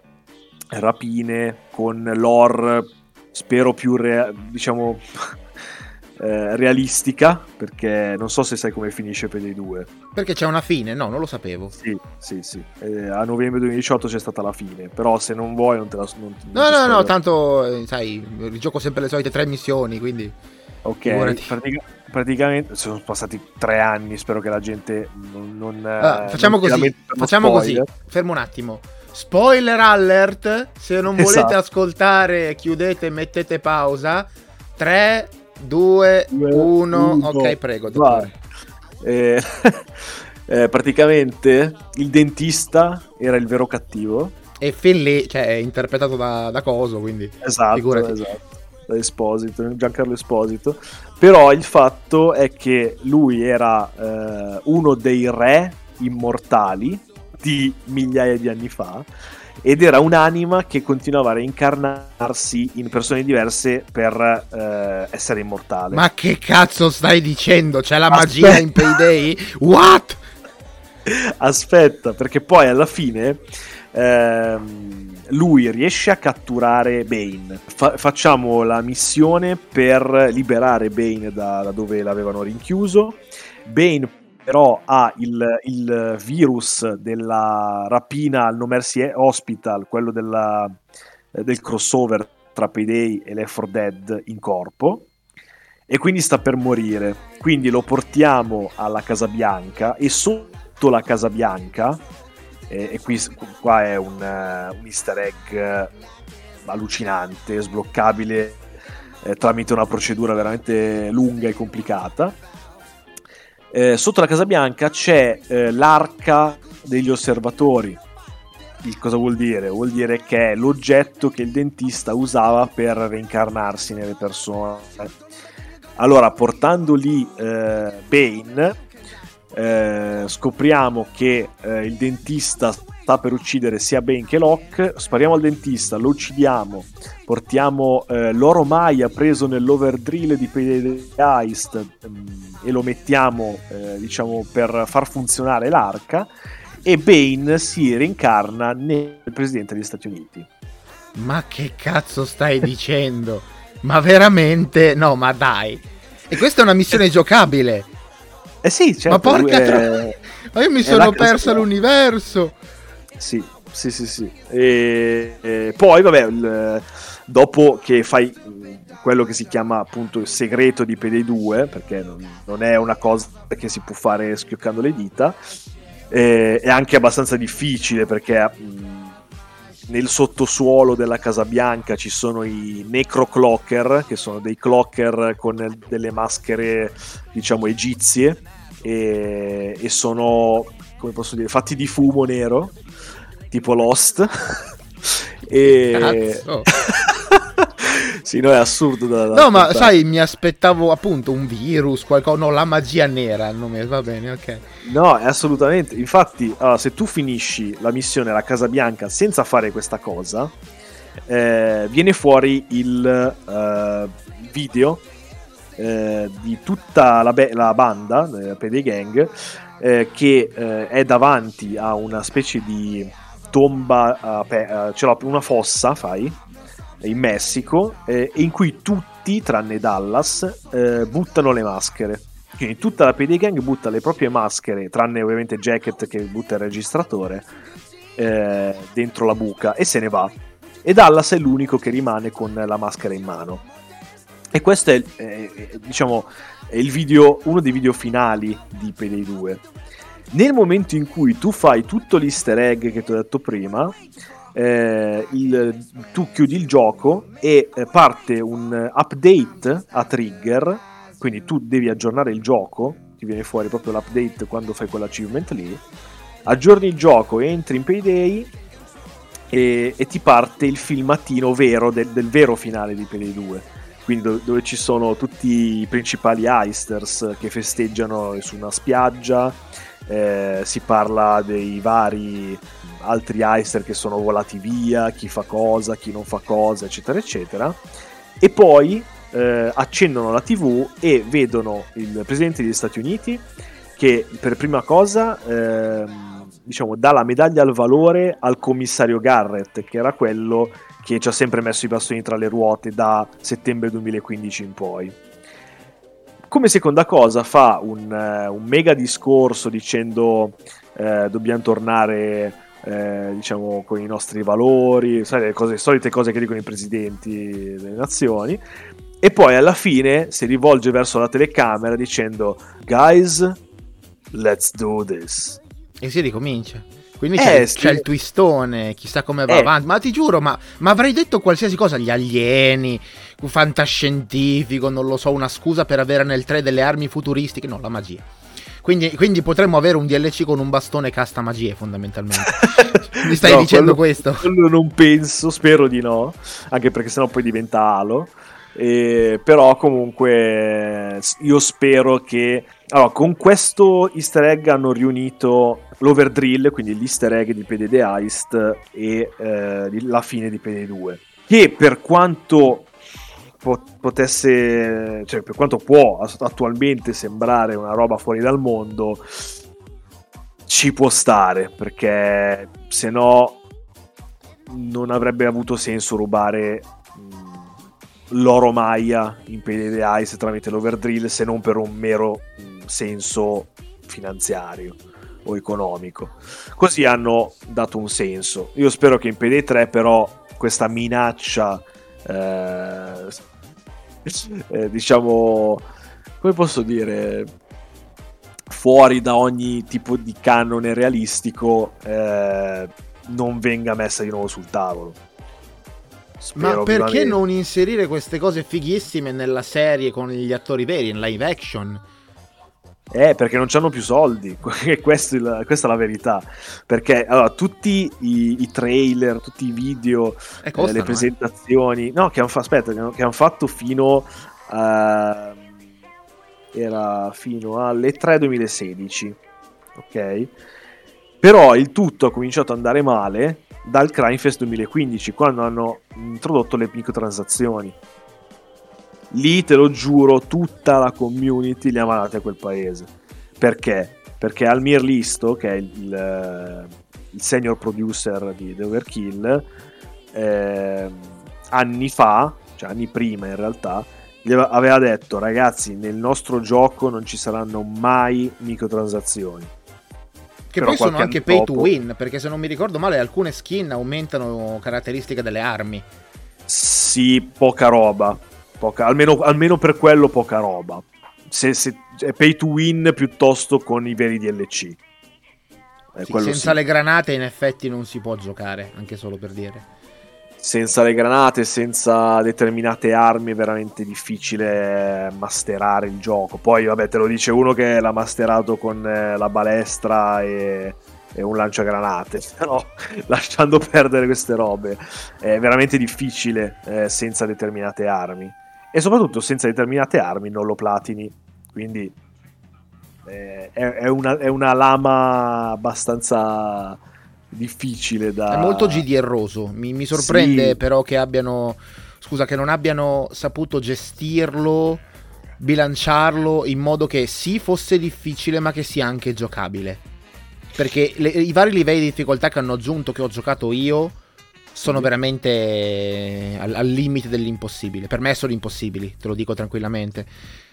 rapine con lore, spero più rea- diciamo eh, realistica, perché non so se sai come finisce Payday due. Perché c'è una fine? No, non lo sapevo. Sì, sì, sì. Eh, a novembre duemiladiciotto c'è stata la fine, però se non vuoi non te la... Non, non no, no, no, tanto, eh, sai, rigioco sempre le solite tre missioni, quindi... Ok, pratica- praticamente sono passati tre anni, spero che la gente non... non ah, facciamo non così, facciamo così, fermo un attimo. Spoiler alert, se non volete esatto. ascoltare chiudete e mettete pausa. tre, due, uno, ok, prego, dottore. Eh, eh, praticamente il dentista era il vero cattivo. E fin lì, cioè, è interpretato da, da Coso, quindi... Esatto, figurati. Esatto. Da Esposito, Giancarlo Esposito. Però il fatto è che lui era eh, uno dei re immortali di migliaia di anni fa ed era un'anima che continuava a reincarnarsi in persone diverse per eh, essere immortale. Ma che cazzo stai dicendo? C'è la magia Aspetta. in Payday? What? Aspetta, perché poi alla fine ehm, lui riesce a catturare Bane. Fa- facciamo la missione per liberare Bane da, da dove l'avevano rinchiuso. Bane però ha il, il virus della rapina al No Mercy Hospital, quello della, del crossover tra Payday e Left four Dead in corpo, e quindi sta per morire. Quindi lo portiamo alla Casa Bianca e sotto la Casa Bianca, e, e qui qua è un, uh, un easter egg allucinante, sbloccabile eh, tramite una procedura veramente lunga e complicata. Eh, sotto la Casa Bianca c'è eh, l'arca degli osservatori. Il cosa vuol dire? Vuol dire che è l'oggetto che il dentista usava per reincarnarsi nelle persone. Allora, portando lì eh, Bane, eh, scopriamo che eh, il dentista sta per uccidere sia Bane che Locke. Spariamo al dentista, lo uccidiamo, portiamo eh, l'oro Maya preso nell'overdrill di Payday Heist mh, e lo mettiamo eh, diciamo per far funzionare l'arca, e Bane si reincarna nel presidente degli Stati Uniti. Ma che cazzo stai dicendo? Ma veramente? No, ma dai. E questa è una missione giocabile. Eh sì, certo. Ma porca è... tro... Ma io mi sono perso l'universo. Sì, sì, sì, sì. E, e poi, vabbè, il, dopo che fai quello che si chiama appunto il segreto di Payday due, perché non, non è una cosa che si può fare schioccando le dita, eh, è anche abbastanza difficile perché mh, nel sottosuolo della Casa Bianca ci sono i necroclocker, che sono dei clocker con delle maschere, diciamo, egizie, e, e sono, come posso dire, fatti di fumo nero, tipo Lost. E... Cazzo. Sì, no, è assurdo da, da no, ma sai, mi aspettavo appunto un virus, qualcosa, no, la magia nera il nome, va bene, ok. No, è assolutamente, infatti, allora, se tu finisci la missione alla Casa Bianca senza fare questa cosa, eh, viene fuori il uh, video eh, di tutta la, be- la banda, eh, Payday Gang, eh, che eh, è davanti a una specie di tomba, uh, pe- uh, ce l'ho, una fossa, fai, in Messico, eh, in cui tutti, tranne Dallas, eh, buttano le maschere. Quindi tutta la Payday Gang butta le proprie maschere, tranne ovviamente Jacket che butta il registratore, eh, dentro la buca e se ne va. E Dallas è l'unico che rimane con la maschera in mano. E questo è, eh, diciamo, è il video, uno dei video finali di Payday due. Nel momento in cui tu fai tutto l'easter egg che ti ho detto prima, eh, il, tu chiudi il gioco e eh, parte un update a trigger, quindi tu devi aggiornare il gioco, ti viene fuori proprio l'update quando fai quell'achievement lì, aggiorni il gioco, entri in Payday e, e ti parte il filmatino vero del, del vero finale di Payday due, quindi dove, dove ci sono tutti i principali heisters che festeggiano su una spiaggia, eh, si parla dei vari altri heister che sono volati via, chi fa cosa, chi non fa cosa, eccetera eccetera, e poi eh, accendono la tivù e vedono il presidente degli Stati Uniti che per prima cosa eh, diciamo dà la medaglia al valore al commissario Garrett, che era quello che ci ha sempre messo i bastoni tra le ruote da settembre duemilaquindici in poi. come seconda cosa fa un, uh, un mega discorso dicendo uh, dobbiamo tornare uh, diciamo con i nostri valori, sai, le cose, solite cose che dicono i presidenti delle nazioni, e poi alla fine si rivolge verso la telecamera dicendo guys, let's do this, e si ricomincia. Quindi c'è, eh, c'è il twistone, chissà come va eh. avanti. Ma ti giuro, ma, ma avrei detto qualsiasi cosa, gli alieni, un fantascientifico, non lo so, una scusa per avere nel tre delle armi futuristiche. No, la magia. Quindi, quindi potremmo avere un D L C con un bastone casta magie, fondamentalmente. Mi stai no, dicendo quello, questo? Quello non penso, spero di no, anche perché sennò poi diventa Halo. Eh, però comunque io spero che allora, con questo easter egg hanno riunito l'overdrill, quindi l'easter egg di Payday Heist e eh, la fine di Payday due, che per quanto pot- potesse cioè per quanto può attualmente sembrare una roba fuori dal mondo, ci può stare, perché se no non avrebbe avuto senso rubare l'oro Maya in Payday Heist tramite l'overdrill, se non per un mero mh, senso finanziario o economico. Così hanno dato un senso. Io spero che in Payday tre però questa minaccia eh, eh, diciamo, come posso dire, fuori da ogni tipo di canone realistico eh, non venga messa di nuovo sul tavolo. Spero. Ma perché vivamente non inserire queste cose fighissime nella serie con gli attori veri, in live action? Eh, perché non c'hanno più soldi. Questo è la, questa è la verità. Perché allora, tutti i, i trailer, tutti i video, eh, costano, eh, le presentazioni, eh. no, che hanno fa, aspetta, che hanno, che hanno fatto fino a, era fino alle tre duemilasedici, ok? Però il tutto ha cominciato ad andare male dal Crimefest duemilaquindici, quando hanno introdotto le microtransazioni. Lì, te lo giuro, tutta la community li ha mandati a quel paese. Perché? Perché Almir Listo, che è il, il senior producer di The Overkill, eh, anni fa, cioè anni prima in realtà, gli aveva detto: ragazzi, nel nostro gioco non ci saranno mai microtransazioni. Che però poi sono anche pay dopo, to win, perché se non mi ricordo male alcune skin aumentano caratteristiche delle armi. Sì, poca roba, poca, almeno, almeno per quello poca roba. Se, se è pay to win piuttosto con i veri D L C. Eh, sì, senza sì. Le granate in effetti non si può giocare, anche solo per dire. Senza le granate, senza determinate armi è veramente difficile masterare il gioco. Poi vabbè, te lo dice uno che l'ha masterato con eh, la balestra e, e un lanciagranate, però lasciando perdere queste robe è veramente difficile eh, senza determinate armi, e soprattutto senza determinate armi non lo platini, quindi eh, è, è, una, è una lama abbastanza difficile da... È molto G D R-oso. Mi, mi sorprende sì. Però che abbiano, scusa, che non abbiano saputo gestirlo, bilanciarlo in modo che sì fosse difficile ma che sia anche giocabile, perché le, i vari livelli di difficoltà che hanno aggiunto, che ho giocato io, sono sì. veramente al, al limite dell'impossibile. Per me sono impossibili, te lo dico tranquillamente.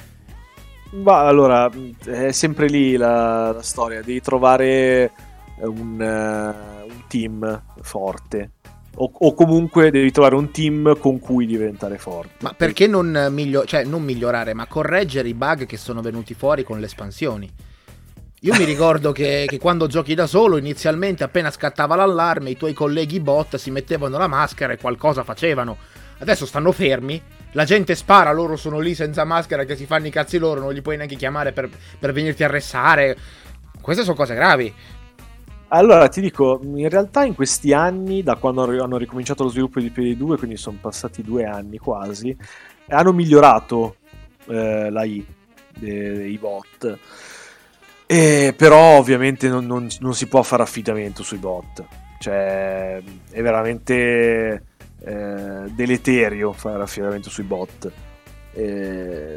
Ma allora è sempre lì la, la storia di trovare Un, uh, un team forte o, o comunque devi trovare un team con cui diventare forte. Ma perché non, miglio- cioè, non migliorare, ma correggere i bug che sono venuti fuori con le espansioni? Io mi ricordo che, che quando giochi da solo, inizialmente appena scattava l'allarme, i tuoi colleghi bot si mettevano la maschera e qualcosa facevano. Adesso stanno fermi, la gente spara, loro sono lì senza maschera che si fanno i cazzi loro, non li puoi neanche chiamare per, per venirti a arrestare. Queste sono cose gravi. Allora ti dico, in realtà in questi anni, da quando hanno ricominciato lo sviluppo di P D due, quindi sono passati due anni quasi, hanno migliorato eh, l'A I dei bot, e però ovviamente non, non, non si può fare affidamento sui bot, cioè è veramente eh, deleterio fare affidamento sui bot. Eh,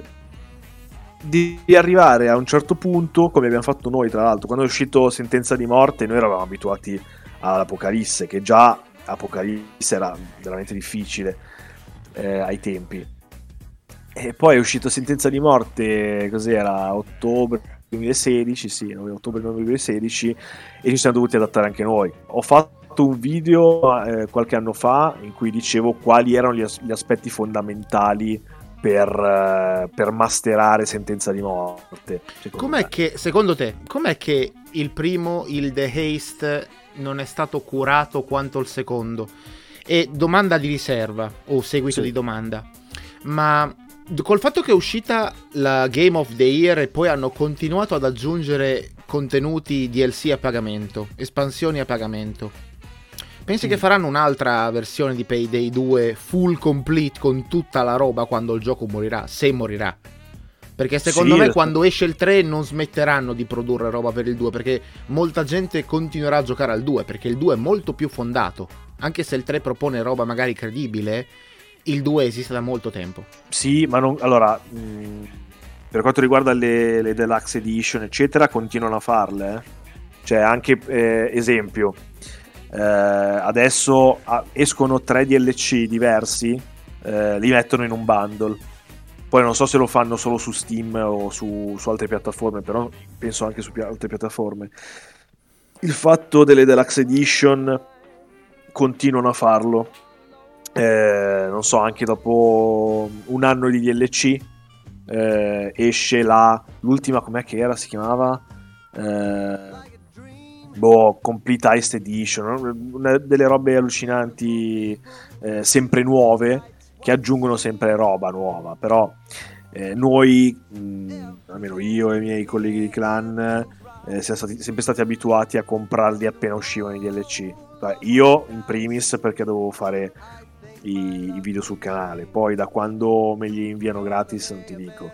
di arrivare a un certo punto, come abbiamo fatto noi tra l'altro quando è uscito Sentenza di Morte. Noi eravamo abituati all'Apocalisse, che già Apocalisse era veramente difficile eh, ai tempi, E poi è uscito Sentenza di Morte, cos'era? Ottobre duemilasedici, sì, ottobre duemilasedici, e ci siamo dovuti adattare anche noi. Ho fatto un video eh, qualche anno fa in cui dicevo quali erano gli, as- gli aspetti fondamentali per, eh, per masterare Sentenza di Morte. Com'è me. che, secondo te, com'è che il primo, il The Haste, non è stato curato quanto il secondo? E domanda di riserva, o seguito sì. di domanda, ma col fatto che è uscita la Game of the Year e poi hanno continuato ad aggiungere contenuti D L C a pagamento, espansioni a pagamento, pensi mm. che faranno un'altra versione di Payday due full complete con tutta la roba quando il gioco morirà, se morirà? Perché secondo sì, me quando esce il tre non smetteranno di produrre roba per il due, perché molta gente continuerà a giocare al due, perché il due è molto più fondato, anche se il tre propone roba magari credibile. Il due esiste da molto tempo. Sì, ma non... Allora, mh, per quanto riguarda le, le Deluxe Edition, eccetera, continuano a farle. Eh? Cioè, anche, eh, esempio, eh, adesso ah, escono tre D L C diversi, eh, li mettono in un bundle. Poi non so se lo fanno solo su Steam o su, su altre piattaforme, però penso anche su pi- altre piattaforme. Il fatto delle Deluxe Edition continuano a farlo. Eh, non so, anche dopo un anno di D L C eh, esce la l'ultima, com'è che era, si chiamava eh, boh, Complete Heist Edition, una delle robe allucinanti, eh, sempre nuove, che aggiungono sempre roba nuova. Però eh, noi mh, almeno io e i miei colleghi di clan eh, siamo stati, sempre stati abituati a comprarli appena uscivano i D L C. Io in primis, perché dovevo fare i video sul canale, poi da quando me li inviano gratis non ti dico,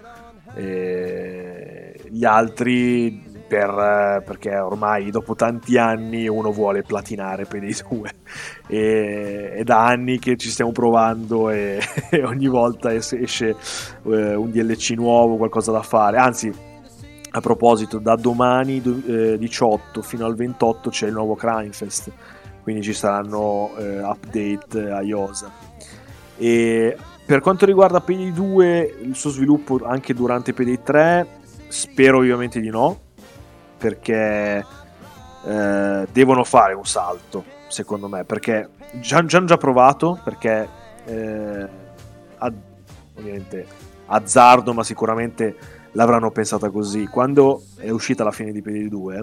e gli altri per, perché ormai dopo tanti anni uno vuole platinare Payday due e è da anni che ci stiamo provando e, e ogni volta esce, esce eh, un D L C nuovo, qualcosa da fare. Anzi, a proposito, da domani eh, diciotto fino al ventotto c'è il nuovo Crimefest, quindi ci saranno eh, update a Iosa. E per quanto riguarda Payday due, il suo sviluppo anche durante Payday tre, spero ovviamente di no, perché eh, devono fare un salto, secondo me, perché già, già hanno già provato, perché eh, ad, ovviamente azzardo, ma sicuramente l'avranno pensata così. Quando è uscita la fine di Payday due,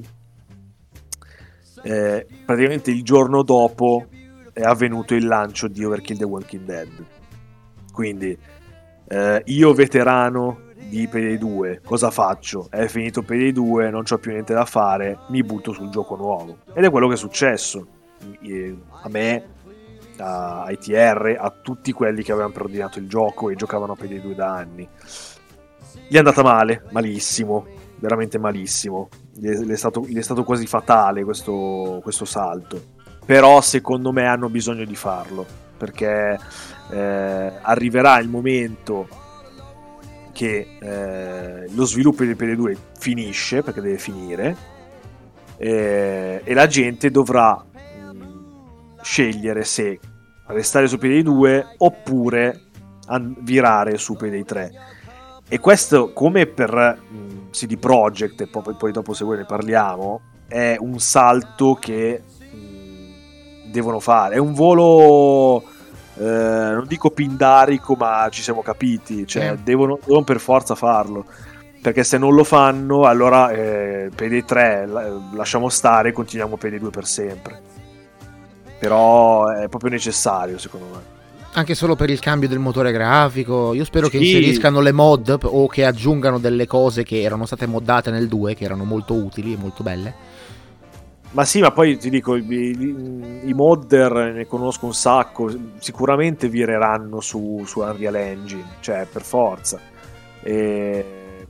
Eh, praticamente il giorno dopo è avvenuto il lancio di Overkill The Walking Dead. Quindi eh, io veterano di Payday due, cosa faccio? È finito Payday due, non c'ho più niente da fare, mi butto sul gioco nuovo. Ed è quello che è successo a me, a I T R, a tutti quelli che avevano preordinato il gioco e giocavano a Payday due da anni. Gli è andata male, malissimo, veramente malissimo. Gli è, gli è, stato, gli è stato quasi fatale questo, questo salto. Però secondo me hanno bisogno di farlo, perché eh, arriverà il momento che eh, lo sviluppo di Payday due finisce, perché deve finire, eh, e la gente dovrà mh, scegliere se restare su Payday due oppure an- virare su Payday tre. E questo, come per mh, C D Projekt, e poi, poi dopo se voi ne parliamo, è un salto che mh, devono fare. È un volo, eh, non dico pindarico, ma ci siamo capiti. Cioè, mm. devono, devono per forza farlo. Perché se non lo fanno, allora eh, Payday tre lasciamo stare e continuiamo Payday due per sempre. Però è proprio necessario, secondo me. Anche solo per il cambio del motore grafico. Io spero sì. che inseriscano le mod o che aggiungano delle cose che erano state moddate nel due, che erano molto utili e molto belle. Ma sì, ma poi ti dico, i, i, i modder ne conosco un sacco, sicuramente vireranno su, su Unreal Engine, cioè per forza. E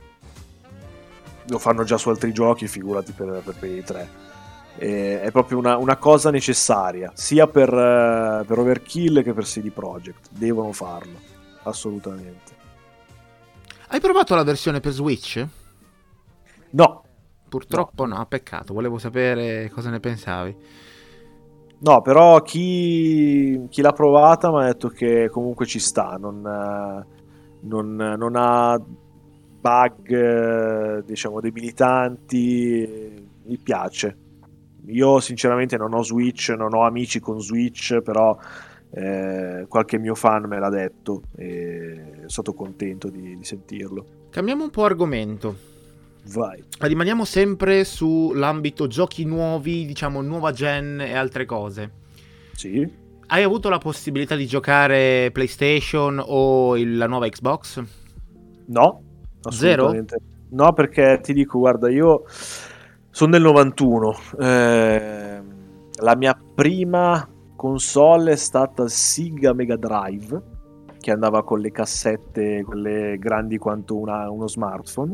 lo fanno già su altri giochi, figurati per, per Payday tre. E è proprio una, una cosa necessaria, sia per, uh, per Overkill che per C D Projekt. Devono farlo, assolutamente. Hai provato la versione per Switch? No. Purtroppo no, no, peccato, volevo sapere cosa ne pensavi. No, però chi, chi l'ha provata mi ha detto che comunque ci sta, non, non, non ha bug, diciamo, debilitanti, mi piace. Io sinceramente non ho Switch, non ho amici con Switch, però eh, qualche mio fan me l'ha detto e sono stato contento di, di sentirlo. Cambiamo un po' argomento. Vai. Rimaniamo sempre sull'ambito giochi nuovi, diciamo nuova gen e altre cose. Sì. Hai avuto la possibilità di giocare PlayStation o il, la nuova Xbox? No, assolutamente. Zero? No, perché ti dico, guarda, io sono del novantuno. Eh, la mia prima console è stata il Sega Mega Drive, che andava con le cassette, quelle grandi quanto una, uno smartphone.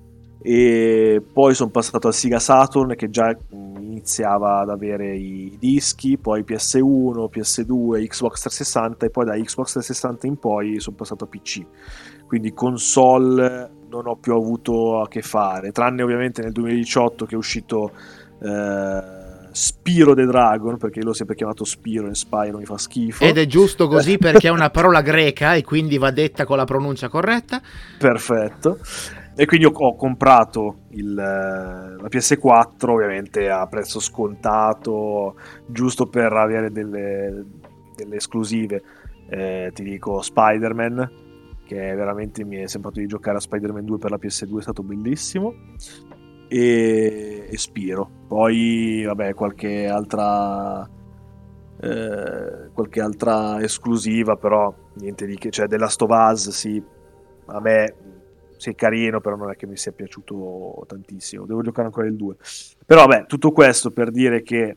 E poi sono passato al Sega Saturn, che già iniziava ad avere i dischi, poi P S uno, P S due, Xbox trecentosessanta, e poi da Xbox trecentosessanta in poi sono passato a P C. Quindi console non ho più avuto a che fare, tranne ovviamente nel duemiladiciotto che è uscito eh, Spyro the Dragon, perché io l'ho sempre chiamato Spyro e Spyro mi fa schifo. Ed è giusto così, perché è una parola greca e quindi va detta con la pronuncia corretta. Perfetto. E quindi ho, ho comprato il, la P S quattro ovviamente a prezzo scontato, giusto per avere delle, delle esclusive. Eh, ti dico Spider-Man, che veramente mi è sembrato di giocare a Spider-Man due per la P S due, è stato bellissimo, e, e Spyro. Poi vabbè, qualche altra eh, qualche altra esclusiva, però niente di che, cioè The Last of Us, sì, a me sì, è carino, però non è che mi sia piaciuto tantissimo, devo giocare ancora il due. Però vabbè, tutto questo per dire che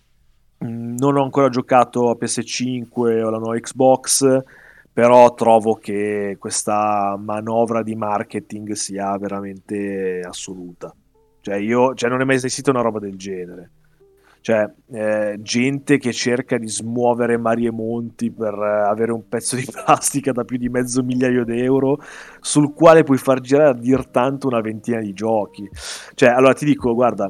mh, non ho ancora giocato a P S cinque o alla nuova Xbox, però trovo che questa manovra di marketing sia veramente assoluta. Cioè io, cioè non è mai esistita una roba del genere. Cioè, eh, gente che cerca di smuovere mari e monti per eh, avere un pezzo di plastica da più di mezzo migliaio di euro, sul quale puoi far girare a dir tanto una ventina di giochi. Cioè, allora ti dico, guarda,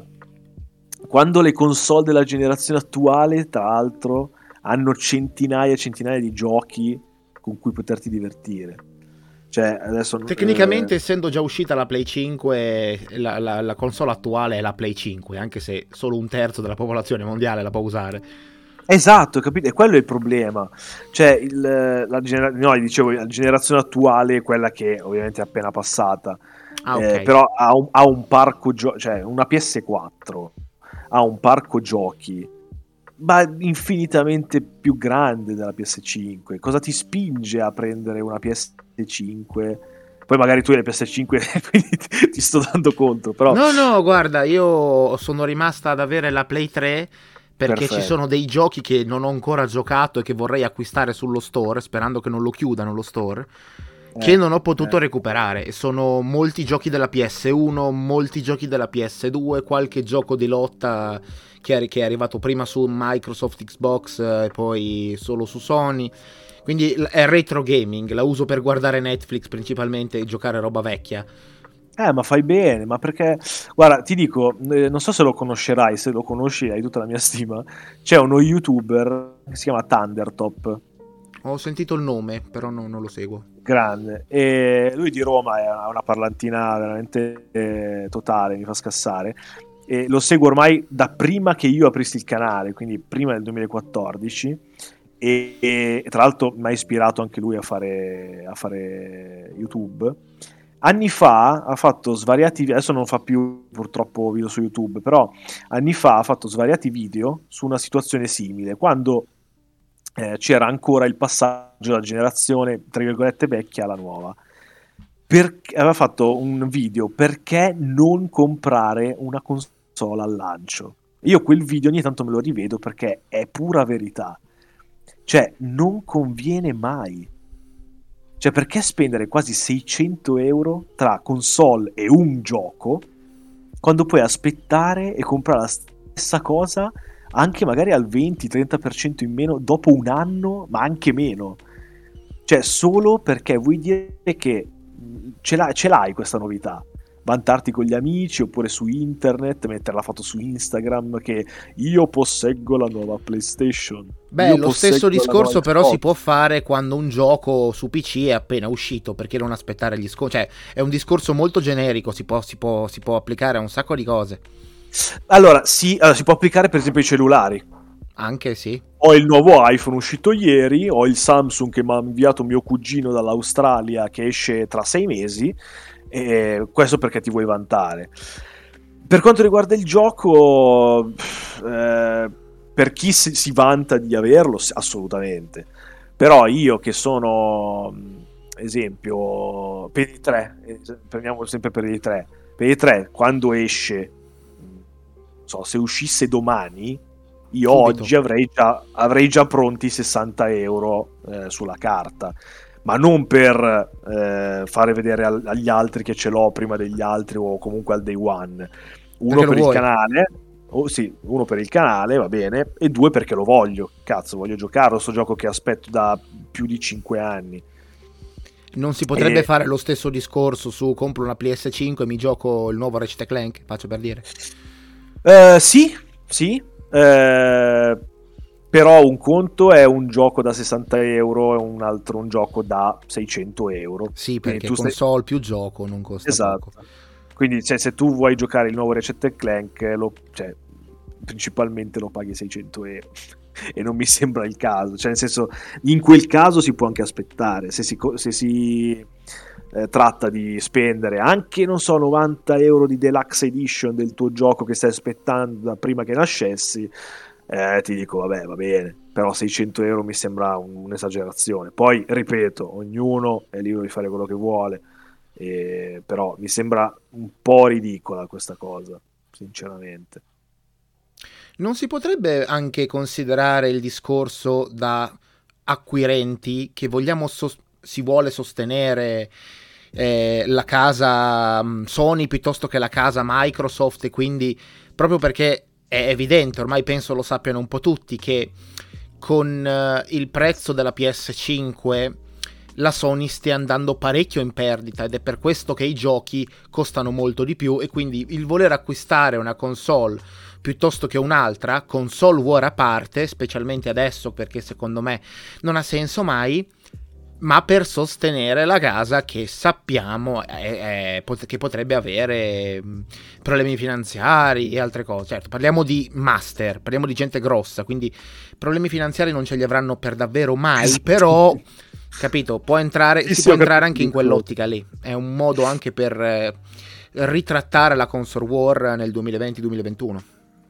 quando le console della generazione attuale, tra l'altro, hanno centinaia e centinaia di giochi con cui poterti divertire. Cioè, adesso, tecnicamente, eh... essendo già uscita la Play cinque, la, la, la console attuale è la Play cinque, anche se solo un terzo della popolazione mondiale la può usare. Esatto, capite? Quello è il problema. Cioè, il, la, genera- no, dicevo, la generazione attuale è quella che ovviamente è appena passata, ah, eh, okay. però ha un, ha un parco giochi, cioè una P S quattro ha un parco giochi ma infinitamente più grande della P S cinque. Cosa ti spinge a prendere una P S cinque? Poi magari tu hai le P S cinque quindi ti, ti sto dando conto, però no no guarda, io sono rimasta ad avere la Play tre perché Perfetto. Ci sono dei giochi che non ho ancora giocato e che vorrei acquistare sullo store, sperando che non lo chiudano lo store, eh, che non ho potuto eh. recuperare. E sono molti giochi della P S uno, molti giochi della P S due, qualche gioco di lotta che è, che è arrivato prima su Microsoft Xbox e poi solo su Sony. Quindi è retro gaming, la uso per guardare Netflix principalmente e giocare roba vecchia. Eh, ma fai bene, ma perché... Guarda, ti dico, eh, non so se lo conoscerai, se lo conosci hai tutta la mia stima. C'è uno YouTuber che si chiama Thundertop. Ho sentito il nome, però no, non lo seguo. Grande. E lui di Roma ha una parlantina veramente eh, totale, mi fa scassare. E lo seguo ormai da prima che io aprissi il canale, quindi prima del duemilaquattordici. E, e tra l'altro mi ha ispirato anche lui a fare, a fare YouTube. Anni fa ha fatto svariati video, adesso non fa più purtroppo video su YouTube, però anni fa ha fatto svariati video su una situazione simile, quando eh, c'era ancora il passaggio dalla generazione tra virgolette vecchia alla nuova. Per, aveva fatto un video perché non comprare una console al lancio. Io quel video ogni tanto me lo rivedo perché è pura verità. Cioè, non conviene mai. Cioè, perché spendere quasi seicento euro tra console e un gioco quando puoi aspettare e comprare la stessa cosa anche magari al venti trenta per cento in meno dopo un anno, ma anche meno? Cioè, solo perché vuoi dire che ce l'hai, ce l'hai questa novità. vantarti con gli amici oppure su internet, mettere la foto su Instagram che io posseggo la nuova PlayStation. Beh, io lo stesso discorso però si può fare quando un gioco su P C è appena uscito, perché non aspettare gli sconti? Cioè, è un discorso molto generico, si può, si può, si può applicare a un sacco di cose. Allora, sì, allora, si può applicare per esempio ai cellulari. Anche sì. Ho il nuovo iPhone uscito ieri, ho il Samsung che mi ha inviato mio cugino dall'Australia che esce tra sei mesi, e questo perché ti vuoi vantare. Per quanto riguarda il gioco, eh, per chi si, si vanta di averlo, assolutamente. Però io che sono, esempio, P D tre, prendiamo sempre per P D tre, P D tre quando esce, non so, se uscisse domani, io Subito. oggi avrei già, avrei già pronti sessanta euro eh, sulla carta, ma non per eh, fare vedere al, agli altri che ce l'ho prima degli altri o comunque al day one. Uno per il canale, oh, sì, uno per il canale, va bene, e due perché lo voglio. Cazzo, voglio giocarlo, sto gioco che aspetto da più di cinque anni. Non si potrebbe e... fare lo stesso discorso su compro una P S cinque e mi gioco il nuovo Ratchet and Clank, faccio per dire. Uh, sì, sì. Eh, però un conto è un gioco da sessanta euro e un altro un gioco da seicento euro. Sì, perché console stai... più gioco non costa esatto. poco. Quindi cioè, se tu vuoi giocare il nuovo Ratchet and Clank lo, cioè, principalmente lo paghi seicento euro e non mi sembra il caso, cioè nel senso, in quel caso si può anche aspettare se si, se si eh, tratta di spendere anche, non so, novanta euro di deluxe edition del tuo gioco che stai aspettando da prima che nascessi, eh, ti dico vabbè, va bene, però seicento euro mi sembra un, un'esagerazione. Poi ripeto, ognuno è libero di fare quello che vuole, eh, però mi sembra un po' ridicola questa cosa, sinceramente. Non si potrebbe anche considerare il discorso da acquirenti che vogliamo sos- si vuole sostenere eh, la casa Sony piuttosto che la casa Microsoft, e quindi proprio perché è evidente, ormai penso lo sappiano un po' tutti, che con eh, il prezzo della P S cinque la Sony stia andando parecchio in perdita, ed è per questo che i giochi costano molto di più, e quindi il voler acquistare una console piuttosto che un'altra, console war a parte, specialmente adesso perché secondo me non ha senso mai, ma per sostenere la casa che sappiamo è, è, che potrebbe avere problemi finanziari e altre cose. Certo, parliamo di master, parliamo di gente grossa, quindi problemi finanziari non ce li avranno per davvero mai, però capito, può entrare, si, si può entrare anche in quell'ottica lì. È un modo anche per eh, ritrattare la console war nel duemilaventi duemilaventuno.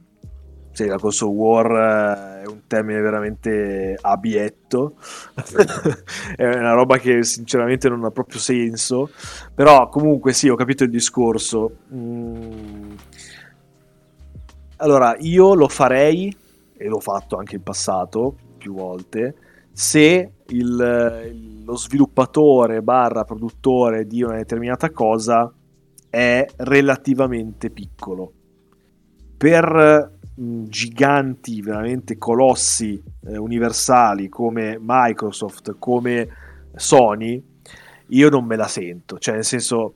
Sì, la console war è un termine veramente abietto, è una roba che sinceramente non ha proprio senso, però comunque sì, ho capito il discorso. Mm. Allora, io lo farei, e l'ho fatto anche in passato, più volte, se il, lo sviluppatore barra produttore di una determinata cosa è relativamente piccolo. Per giganti, veramente colossi eh, universali come Microsoft, come Sony, io non me la sento, cioè nel senso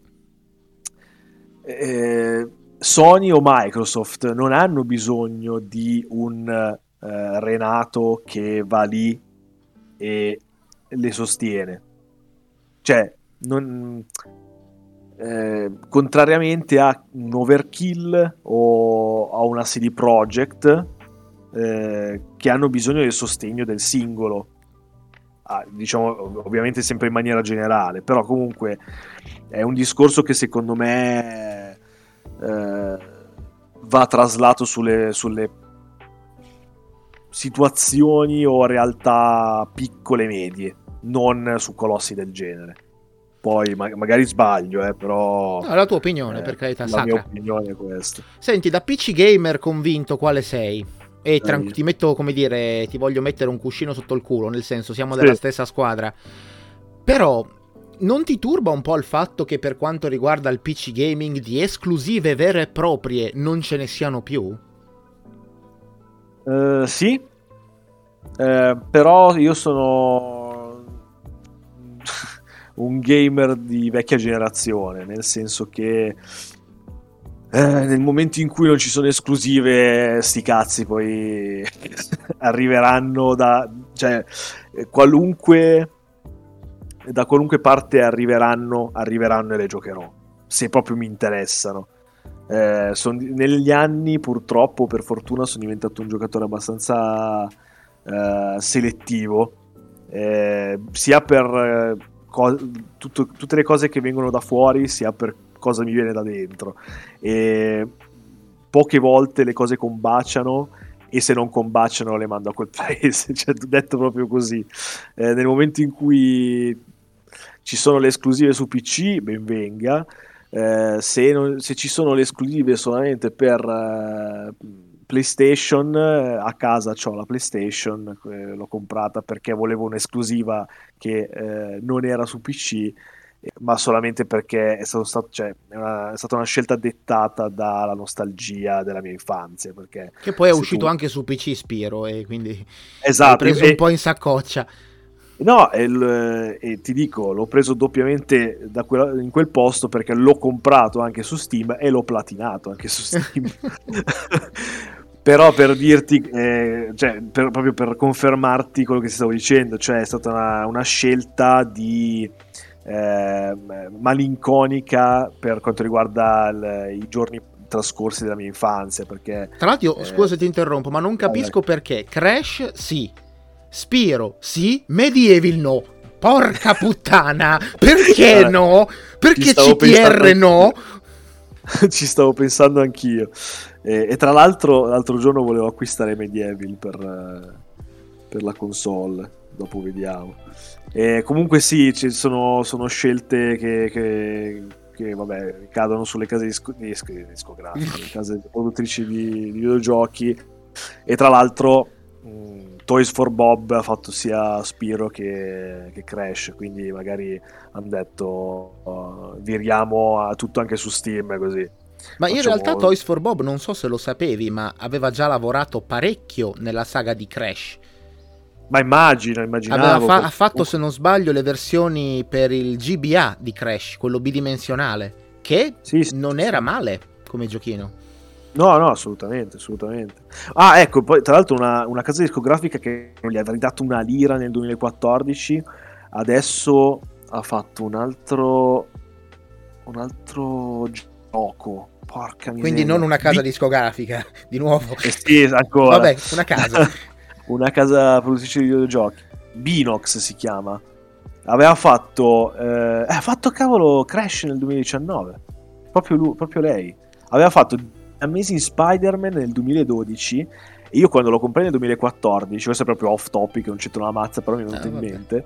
eh, Sony o Microsoft non hanno bisogno di un eh, Renato che va lì e le sostiene, cioè non Eh, contrariamente a un Overkill o a una C D Projekt eh, che hanno bisogno del sostegno del singolo, ah, diciamo ovviamente sempre in maniera generale, però comunque è un discorso che secondo me eh, va traslato sulle, sulle situazioni o realtà piccole e medie, non su colossi del genere. Poi ma- magari sbaglio, eh, però... No, la tua opinione, eh, per carità, la sacra. mia opinione è questa. Senti, da P C gamer convinto quale sei? E tran- ti metto, come dire, ti voglio mettere un cuscino sotto il culo, nel senso, siamo della sì. stessa squadra. Però, non ti turba un po' il fatto che per quanto riguarda il P C gaming di esclusive vere e proprie non ce ne siano più? Uh, sì. Uh, però io sono... un gamer di vecchia generazione, nel senso che Eh, nel momento in cui non ci sono esclusive, sti cazzi poi arriveranno da, cioè, qualunque da qualunque parte arriveranno arriveranno e le giocherò, se proprio mi interessano. Eh, son, negli anni, purtroppo, per fortuna, sono diventato un giocatore abbastanza eh, selettivo, eh, sia per eh, co- tutto, tutte le cose che vengono da fuori, sia per cosa mi viene da dentro, e poche volte le cose combaciano, e se non combaciano le mando a quel paese, cioè, detto proprio così. Eh, nel momento in cui ci sono le esclusive su P C, ben venga. Eh, se, non, se ci sono le esclusive solamente per uh, PlayStation, a casa c'ho la PlayStation, eh, l'ho comprata perché volevo un'esclusiva che eh, non era su P C, ma solamente perché è, stato stato, cioè, è, una, è stata una scelta dettata dalla nostalgia della mia infanzia, perché che poi è uscito tu... anche su P C, Spiro, e quindi esatto, l'hai preso e... un po' in saccoccia. No, e, l... e ti dico, l'ho preso doppiamente da quella... in quel posto, perché l'ho comprato anche su Steam e l'ho platinato anche su Steam. Però per dirti, eh, cioè, per, proprio per confermarti quello che ti stavo dicendo, cioè è stata una, una scelta di Eh, malinconica per quanto riguarda il, i giorni trascorsi della mia infanzia, perché tra l'altro eh, scusa se ti interrompo, ma non capisco perché Crash sì, Spiro sì, Medieval no, porca puttana, perché allora, no? Perché C T R no? Ci stavo pensando anch'io, e, e tra l'altro l'altro giorno volevo acquistare Medieval per, per la console, dopo vediamo. E comunque sì, ci sono, sono scelte che, che, che vabbè, cadono sulle case disco, discografiche, le case produttrici di, di videogiochi. E tra l'altro mh, Toys for Bob ha fatto sia Spiro che, che Crash, quindi magari hanno detto uh, viriamo a tutto anche su Steam, così. Ma in Facciamo... realtà Toys for Bob, non so se lo sapevi, ma aveva già lavorato parecchio nella saga di Crash. Ma immagino, immaginavo. Fa- ha fatto, se non sbaglio, le versioni per il G B A di Crash, quello bidimensionale, che sì, sì, non sì, era sì. male come giochino. No, no, assolutamente, assolutamente. Ah, ecco, poi tra l'altro una, una casa discografica che non gli avrei dato una lira nel duemilaquattordici, adesso ha fatto un altro un altro gioco. Porca miseria. Quindi non una casa Di... discografica, di nuovo. Eh sì, ancora. Vabbè, una casa. Una casa produttrice di videogiochi, Binox si chiama, aveva fatto eh, ha fatto cavolo Crash nel duemiladiciannove, proprio lui, proprio lei aveva fatto Amazing Spider-Man nel duemiladodici, e io quando lo comprai nel duemilaquattordici, questo è proprio off topic, non c'entra una mazza, però mi è venuto ah, in vabbè. mente,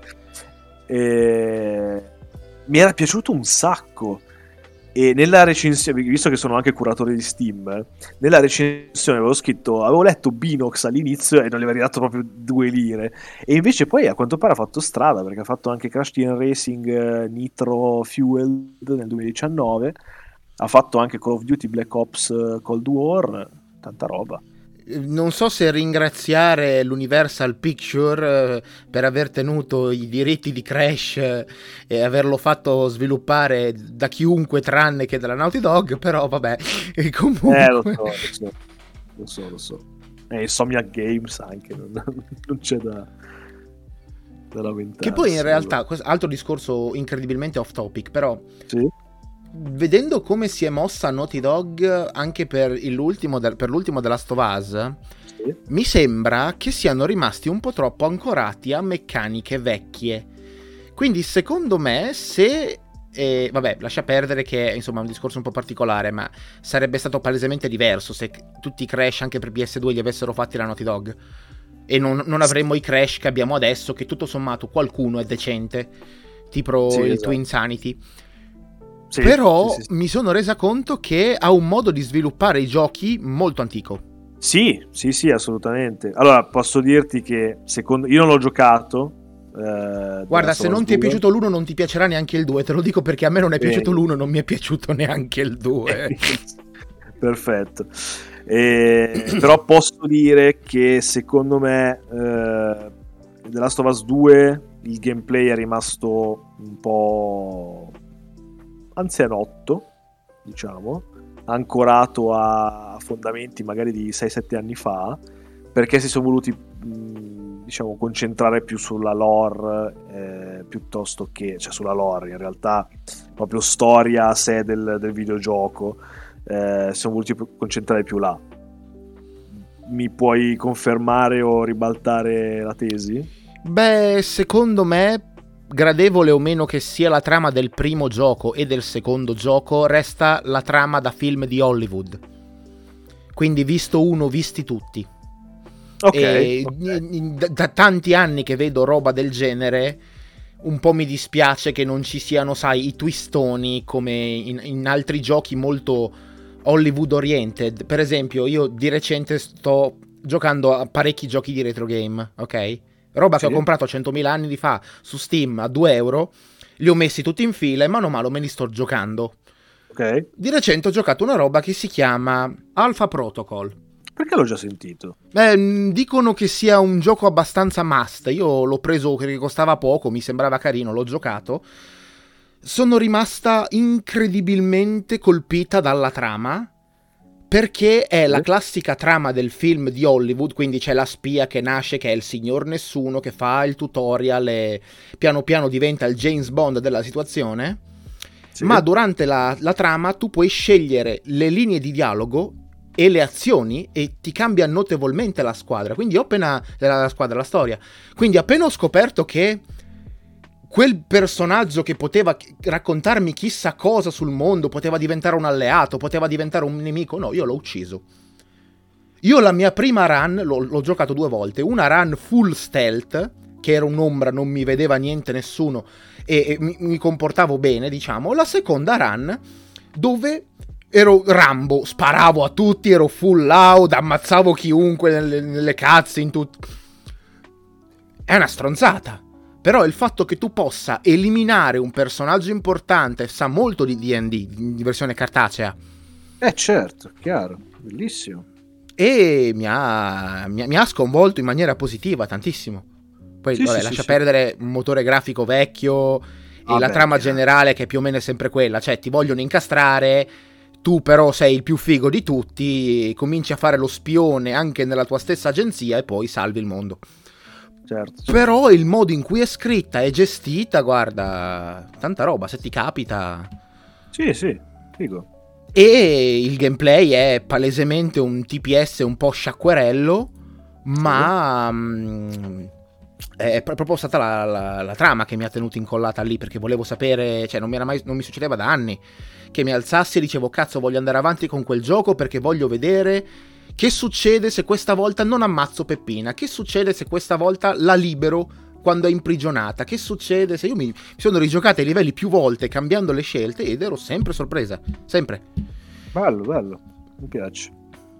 e... mi era piaciuto un sacco. E nella recensione, visto che sono anche curatore di Steam, nella recensione avevo scritto, avevo letto Binox all'inizio e non gli avrei dato proprio due lire, e invece poi a quanto pare ha fatto strada, perché ha fatto anche Crash Team Racing uh, Nitro Fueled nel duemiladiciannove, ha fatto anche Call of Duty Black Ops uh, Cold War, tanta roba. Non so se ringraziare l'Universal Picture eh, per aver tenuto i diritti di Crash eh, e averlo fatto sviluppare da chiunque tranne che dalla Naughty Dog, però vabbè, comunque... Eh, lo so, lo so, lo so, lo so. Eh, Insomniac Games anche, non, non c'è da, da lamentarsi. Che poi in realtà, allora. Altro discorso incredibilmente off topic, però... Sì? Vedendo come si è mossa Naughty Dog anche per l'ultimo, de- per l'ultimo The Last of Us, sì. Mi sembra che siano rimasti un po' troppo ancorati a meccaniche vecchie. Quindi secondo me, se eh, vabbè, lascia perdere che insomma è un discorso un po' particolare, ma sarebbe stato palesemente diverso se tutti i Crash anche per P S due li avessero fatti la Naughty Dog, e non, non avremmo i Crash che abbiamo adesso, che tutto sommato qualcuno è decente, tipo sì, il esatto. Twin Sanity. Sì, però sì, sì, sì. Mi sono resa conto che ha un modo di sviluppare i giochi molto antico. Sì, sì, sì, assolutamente. Allora, posso dirti che secondo io non l'ho giocato. Eh, Guarda, se non ti è piaciuto l'uno non ti piacerà neanche il due, te lo dico perché a me non è piaciuto eh. l'uno, non mi è piaciuto neanche il due. Perfetto. Eh, però posso dire che secondo me eh, The Last of Us due il gameplay è rimasto un po' anzianotto, diciamo, ancorato a fondamenti magari di sei sette anni fa, perché si sono voluti mh, diciamo concentrare più sulla lore eh, piuttosto che, cioè sulla lore in realtà proprio storia a sé del, del videogioco, eh, si sono voluti concentrare più là. Mi puoi confermare o ribaltare la tesi? Beh, secondo me, gradevole o meno che sia la trama del primo gioco e del secondo gioco, resta la trama da film di Hollywood. Quindi visto uno, visti tutti. Ok. E okay. Da, da tanti anni che vedo roba del genere, un po' mi dispiace che non ci siano, sai, i twistoni come in, in altri giochi molto Hollywood oriented. Per esempio, io di recente sto giocando a parecchi giochi di retro game, ok? Roba Sì. che ho comprato centomila anni fa su Steam a due euro, li ho messi tutti in fila e mano a mano me li sto giocando. Ok. Di recente ho giocato una roba che si chiama Alpha Protocol. Perché l'ho già sentito? Beh, dicono che sia un gioco abbastanza must. Io l'ho preso perché costava poco, mi sembrava carino, l'ho giocato. Sono rimasta incredibilmente colpita dalla trama, perché è la classica trama del film di Hollywood, quindi c'è la spia che nasce, che è il signor nessuno, che fa il tutorial e piano piano diventa il James Bond della situazione. Sì. Ma durante la, la trama tu puoi scegliere le linee di dialogo e le azioni e ti cambia notevolmente la squadra. Quindi ho appena la, la squadra, la storia. Quindi appena ho scoperto che quel personaggio che poteva raccontarmi chissà cosa sul mondo, poteva diventare un alleato, poteva diventare un nemico, no, io l'ho ucciso. Io la mia prima run, l'ho, l'ho giocato due volte, una run full stealth, che era un'ombra, non mi vedeva niente nessuno, e, e mi, mi comportavo bene, diciamo. La seconda run, dove ero Rambo, sparavo a tutti, ero full loud, ammazzavo chiunque nelle, nelle cazze, in tutto. È una stronzata. Però il fatto che tu possa eliminare un personaggio importante sa molto di D and D, di versione cartacea. Eh certo, chiaro, bellissimo. E mi ha, mi ha, mi ha sconvolto in maniera positiva tantissimo. Poi sì, vabbè, sì, lascia sì, perdere sì. un motore grafico vecchio e ah, la beh, trama chiaro. generale che più o meno è sempre quella. Cioè ti vogliono incastrare, tu però sei il più figo di tutti, cominci a fare lo spione anche nella tua stessa agenzia e poi salvi il mondo. Certo, certo. Però il modo in cui è scritta e gestita, guarda, tanta roba, se ti capita. Sì, sì, figo. E il gameplay è palesemente un T P S un po' sciacquerello, ma sì. mh, è proprio stata la, la, la trama che mi ha tenuto incollata lì, perché volevo sapere, cioè non mi era mai, non mi succedeva da anni che mi alzassi e dicevo cazzo voglio andare avanti con quel gioco perché voglio vedere che succede se questa volta non ammazzo Peppina, che succede se questa volta la libero quando è imprigionata, che succede se io mi, mi sono rigiocata ai livelli più volte cambiando le scelte ed ero sempre sorpresa, sempre. Bello, bello, mi piace.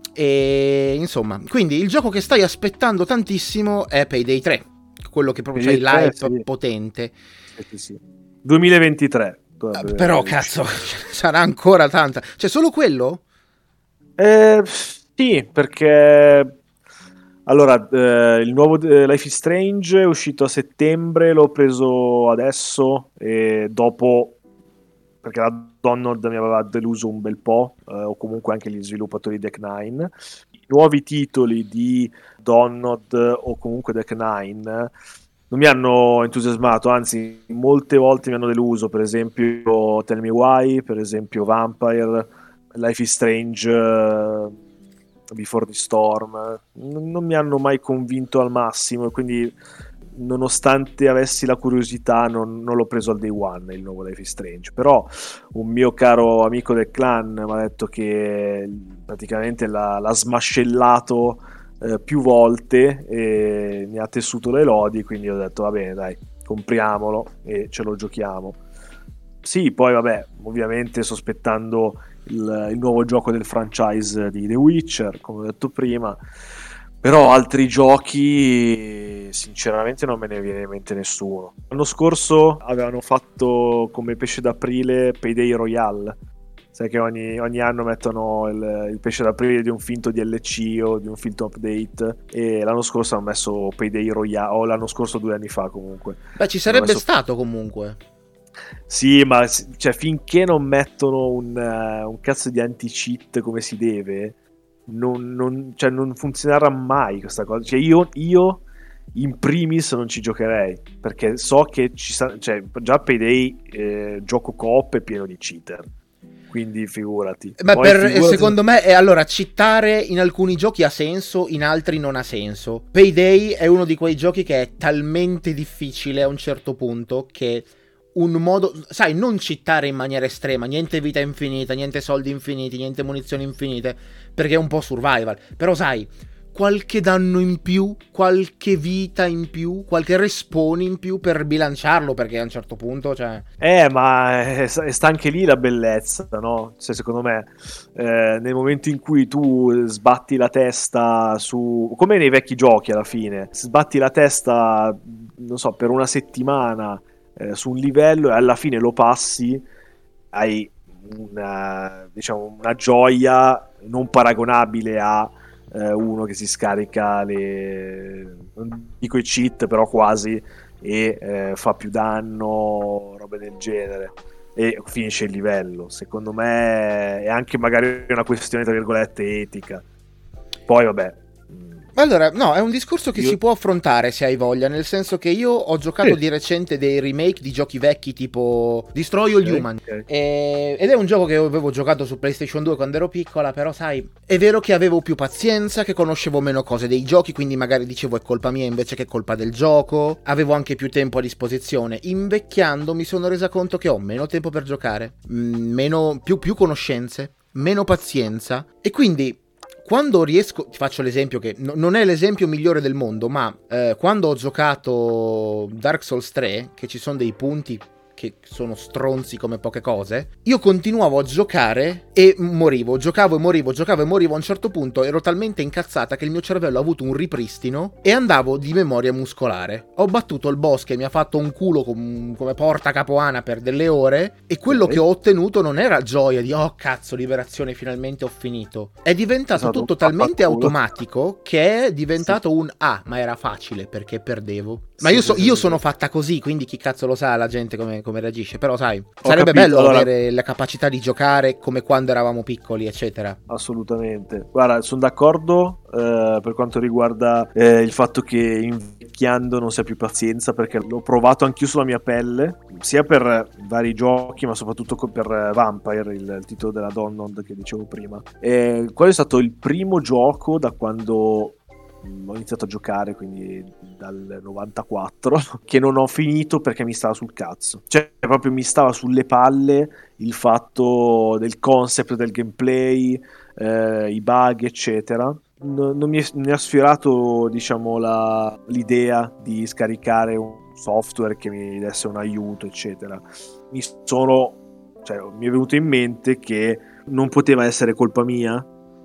E insomma, quindi il gioco che stai aspettando tantissimo è Payday tre, quello che proprio c'è il live sì. potente. Sì, sì, sì. duemilaventitré. Uh, però cazzo, sarà ancora tanta. Cioè solo quello? Eh, sì, perché allora eh, il nuovo eh, Life is Strange è uscito a settembre, l'ho preso adesso e dopo, perché la Donald mi aveva deluso un bel po', eh, o comunque anche gli sviluppatori di Deck nine. I nuovi titoli di Donald o comunque Deck nine non mi hanno entusiasmato, anzi molte volte mi hanno deluso, per esempio Tell Me Why, per esempio Vampire, Life is Strange, uh, Before the Storm, N- non mi hanno mai convinto al massimo, quindi nonostante avessi la curiosità non, non l'ho preso al day one il nuovo Life is Strange. Però un mio caro amico del clan mi ha detto che praticamente l'ha, l'ha smascellato eh, più volte e mi ha tessuto le lodi, quindi ho detto va bene dai, compriamolo e ce lo giochiamo. Sì, poi vabbè, ovviamente sospettando il, il nuovo gioco del franchise di The Witcher, come ho detto prima. Però altri giochi sinceramente non me ne viene in mente nessuno. L'anno scorso avevano fatto come pesce d'aprile Payday Royale, sai che ogni, ogni anno mettono il, il pesce d'aprile di un finto D L C o di un finto update, e l'anno scorso hanno messo Payday Royale, o l'anno scorso due anni fa comunque. Beh, ci sarebbe messo... stato comunque. Sì, ma cioè, finché non mettono un, uh, un cazzo di anti-cheat come si deve, non, non, cioè, non funzionerà mai questa cosa. Cioè, io, io in primis non ci giocherei, perché so che ci sa- cioè, già Payday eh, gioco coop è pieno di cheater, quindi figurati. Ma Poi per, figurati... secondo me è, allora, cheatare in alcuni giochi ha senso, in altri non ha senso. Payday è uno di quei giochi che è talmente difficile a un certo punto che un modo, sai, non cheatare in maniera estrema, niente vita infinita, niente soldi infiniti, niente munizioni infinite, perché è un po' survival, però sai, qualche danno in più, qualche vita in più, qualche respawn in più per bilanciarlo, perché a un certo punto, cioè... Eh, ma è, sta anche lì la bellezza, no? Cioè, secondo me, eh, nel momento in cui tu sbatti la testa su... come nei vecchi giochi alla fine, sbatti la testa, non so, per una settimana eh, su un livello e alla fine lo passi, hai una, diciamo, una gioia non paragonabile a eh, uno che si scarica le, non dico i cheat, però quasi, e eh, fa più danno, robe del genere, e finisce il livello. Secondo me è anche magari una questione tra virgolette etica. Poi vabbè, allora, no, è un discorso che io... si può affrontare se hai voglia, nel senso che io ho giocato sì. di recente dei remake di giochi vecchi tipo Destroy All okay, Human okay. E... ed è un gioco che avevo giocato su PlayStation due quando ero piccola, però sai, è vero che avevo più pazienza, che conoscevo meno cose dei giochi, quindi magari dicevo è colpa mia invece che colpa del gioco, avevo anche più tempo a disposizione. Invecchiando mi sono resa conto che ho meno tempo per giocare, meno, più, più conoscenze, meno pazienza, e quindi... quando riesco, ti faccio l'esempio che no, non è l'esempio migliore del mondo, ma eh, quando ho giocato Dark Souls tre, che ci sono dei punti che sono stronzi come poche cose, io continuavo a giocare e morivo, giocavo e morivo, giocavo e morivo. A un certo punto ero talmente incazzata che il mio cervello ha avuto un ripristino e andavo di memoria muscolare. Ho battuto il boss che mi ha fatto un culo com- come porta capoana per delle ore, e quello okay. che ho ottenuto non era gioia di oh cazzo, liberazione, finalmente ho finito. È diventato esatto, tutto talmente automatico che è diventato sì. un ah, ma era facile perché perdevo. Ma io, so, io sono fatta così, quindi chi cazzo lo sa la gente come, come reagisce. Però sai, Ho sarebbe capito, bello allora... avere la capacità di giocare come quando eravamo piccoli, eccetera. Assolutamente. Guarda, sono d'accordo eh, per quanto riguarda eh, il fatto che invecchiando non si ha più pazienza, perché l'ho provato anch'io sulla mia pelle, sia per vari giochi, ma soprattutto per Vampire, il, il titolo della Donald che dicevo prima. E quello è stato il primo gioco da quando... ho iniziato a giocare, quindi dal novantaquattro, che non ho finito perché mi stava sul cazzo, cioè proprio mi stava sulle palle il fatto del concept del gameplay, eh, i bug eccetera. Non, non mi, è, mi ha sfiorato, diciamo, la, l'idea di scaricare un software che mi desse un aiuto eccetera. Mi sono, cioè mi è venuto in mente che non poteva essere colpa mia,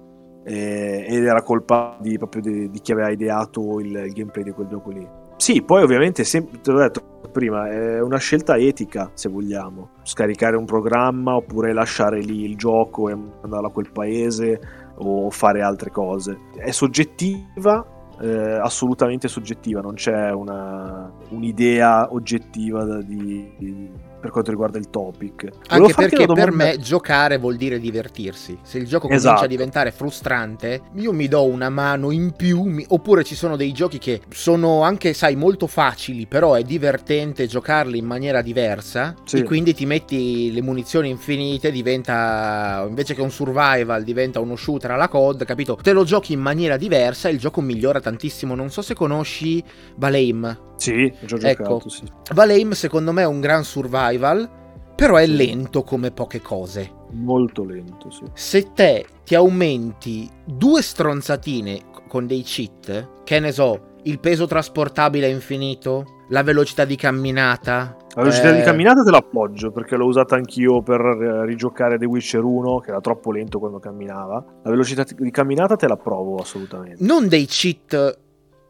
Eh, ed era colpa di, proprio di, di chi aveva ideato il, il gameplay di quel gioco lì. Sì, poi ovviamente sempre, te l'ho detto prima, è una scelta etica, se vogliamo, scaricare un programma oppure lasciare lì il gioco e mandarlo a quel paese o fare altre cose. È soggettiva, eh, assolutamente soggettiva, non c'è una, un'idea oggettiva di, di per quanto riguarda il topic. Anche perché domanda... per me giocare vuol dire divertirsi. Se il gioco comincia esatto. a diventare frustrante, io mi do una mano in più, mi... oppure ci sono dei giochi che sono anche, sai, molto facili, però è divertente giocarli in maniera diversa, sì. E quindi ti metti le munizioni infinite, diventa, invece che un survival, diventa uno shooter alla C O D, capito? Te lo giochi in maniera diversa e il gioco migliora tantissimo. Non so se conosci Valheim. Sì, ho già giocato, ecco, sì. Valheim secondo me è un gran survival, però è lento come poche cose. Molto lento, sì. Se te ti aumenti due stronzatine con dei cheat, che ne so, il peso trasportabile è infinito, la velocità di camminata... La velocità eh... di camminata te l'appoggio, perché l'ho usata anch'io per rigiocare The Witcher uno, che era troppo lento quando camminava. La velocità di camminata te la provo assolutamente. Non dei cheat...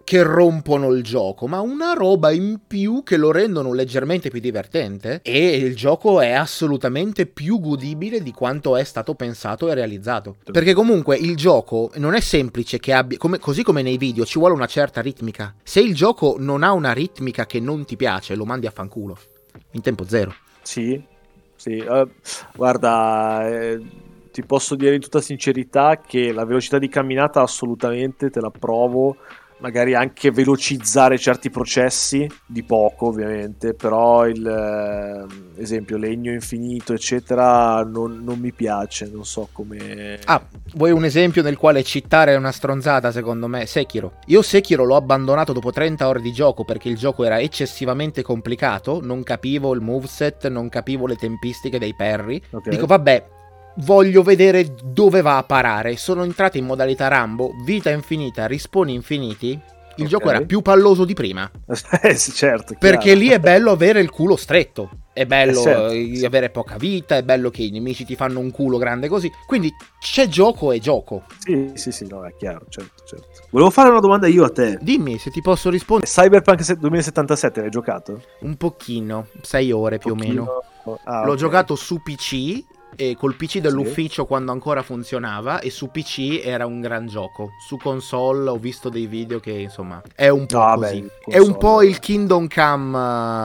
che rompono il gioco, ma una roba in più che lo rendono leggermente più divertente, e il gioco è assolutamente più godibile di quanto è stato pensato e realizzato. Perché comunque il gioco non è semplice che abbia, come, così come nei video, ci vuole una certa ritmica. Se il gioco non ha una ritmica che non ti piace, lo mandi a fanculo in tempo zero. Sì, sì, uh, guarda, eh, ti posso dire in tutta sincerità che la velocità di camminata assolutamente te la provo. Magari anche velocizzare certi processi, di poco ovviamente, però il eh, esempio legno infinito eccetera non, non mi piace, non so come... Ah, vuoi un esempio nel quale citare una stronzata secondo me? Sekiro. Io Sekiro l'ho abbandonato dopo trenta ore di gioco perché il gioco era eccessivamente complicato, non capivo il moveset, non capivo le tempistiche dei parry. Okay. Dico vabbè, voglio vedere dove va a parare. Sono entrato in modalità Rambo, vita infinita, respawn infiniti. Il okay. gioco era più palloso di prima. Eh sì, certo. Perché chiaro. Lì è bello avere il culo stretto. È bello eh certo, eh, sì. avere poca vita. È bello che i nemici ti fanno un culo grande così. Quindi c'è gioco e gioco. Sì, sì, sì, no, è chiaro, certo, certo. Volevo fare una domanda io a te. Dimmi se ti posso rispondere. Cyberpunk duemilasettantasette l'hai giocato? Un pochino, sei ore più o meno. Ah, L'ho okay. giocato su P C. E col P C dell'ufficio sì. quando ancora funzionava, e su P C era un gran gioco. Su console ho visto dei video che insomma è un po' no, così. beh, è un po' il Kingdom Come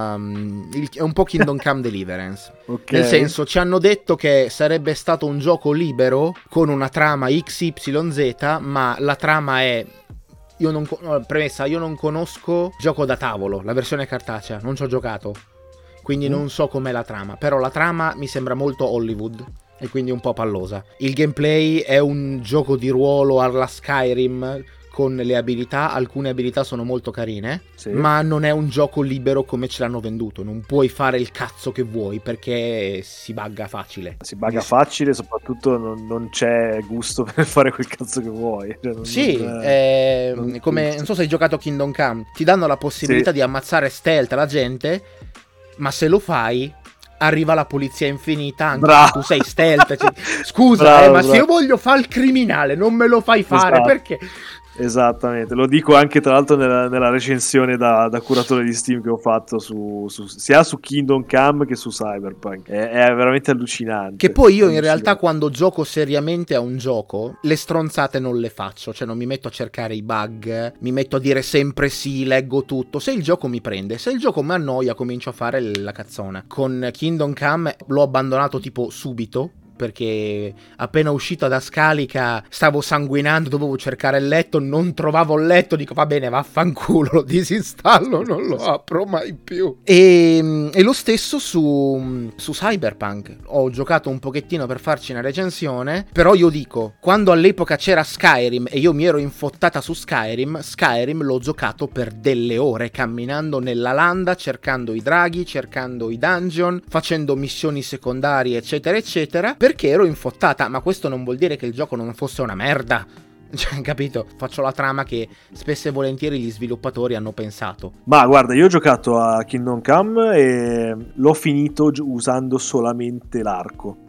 uh, il, è un po' Kingdom Come Deliverance. Okay. Nel senso, ci hanno detto che sarebbe stato un gioco libero con una trama X Y Z, ma la trama è io non premessa, io non conosco gioco da tavolo, la versione cartacea, non ci ho giocato. Quindi mm. non so com'è la trama, però la trama mi sembra molto Hollywood e quindi un po' pallosa. Il gameplay è un gioco di ruolo alla Skyrim con le abilità, alcune abilità sono molto carine, sì. ma non è un gioco libero come ce l'hanno venduto, non puoi fare il cazzo che vuoi perché si bugga facile. Si bugga facile, soprattutto non, non c'è gusto per fare quel cazzo che vuoi. Cioè non, sì, non, è, non come, non so se hai giocato a Kingdom Come, ti danno la possibilità sì. di ammazzare stealth la gente, ma se lo fai arriva la polizia infinita anche se tu sei stealth. Cioè, scusa, bravo, eh, ma bravo. Se io voglio fare il criminale non me lo fai fare, esatto. perché? Esattamente, lo dico anche tra l'altro nella, nella recensione da, da curatore di Steam che ho fatto su, su, sia su Kingdom Come che su Cyberpunk. È, è veramente allucinante. Che poi io in realtà quando gioco seriamente a un gioco le stronzate non le faccio, cioè non mi metto a cercare i bug, mi metto a dire sempre sì, leggo tutto. Se il gioco mi prende, se il gioco mi annoia comincio a fare la cazzona. Con Kingdom Come l'ho abbandonato tipo subito, perché appena uscita da scarica stavo sanguinando, dovevo cercare il letto, non trovavo il letto, dico va bene, vaffanculo, lo disinstallo, non lo apro mai più. E, e lo stesso su, su Cyberpunk, ho giocato un pochettino per farci una recensione, però io dico, quando all'epoca c'era Skyrim e io mi ero infottata su Skyrim, Skyrim l'ho giocato per delle ore, camminando nella landa, cercando i draghi, cercando i dungeon, facendo missioni secondarie, eccetera, eccetera, perché ero infottata, ma questo non vuol dire che il gioco non fosse una merda. Cioè, capito? Faccio la trama che spesso e volentieri gli sviluppatori hanno pensato. Ma guarda, io ho giocato a Kingdom Come e l'ho finito usando solamente l'arco.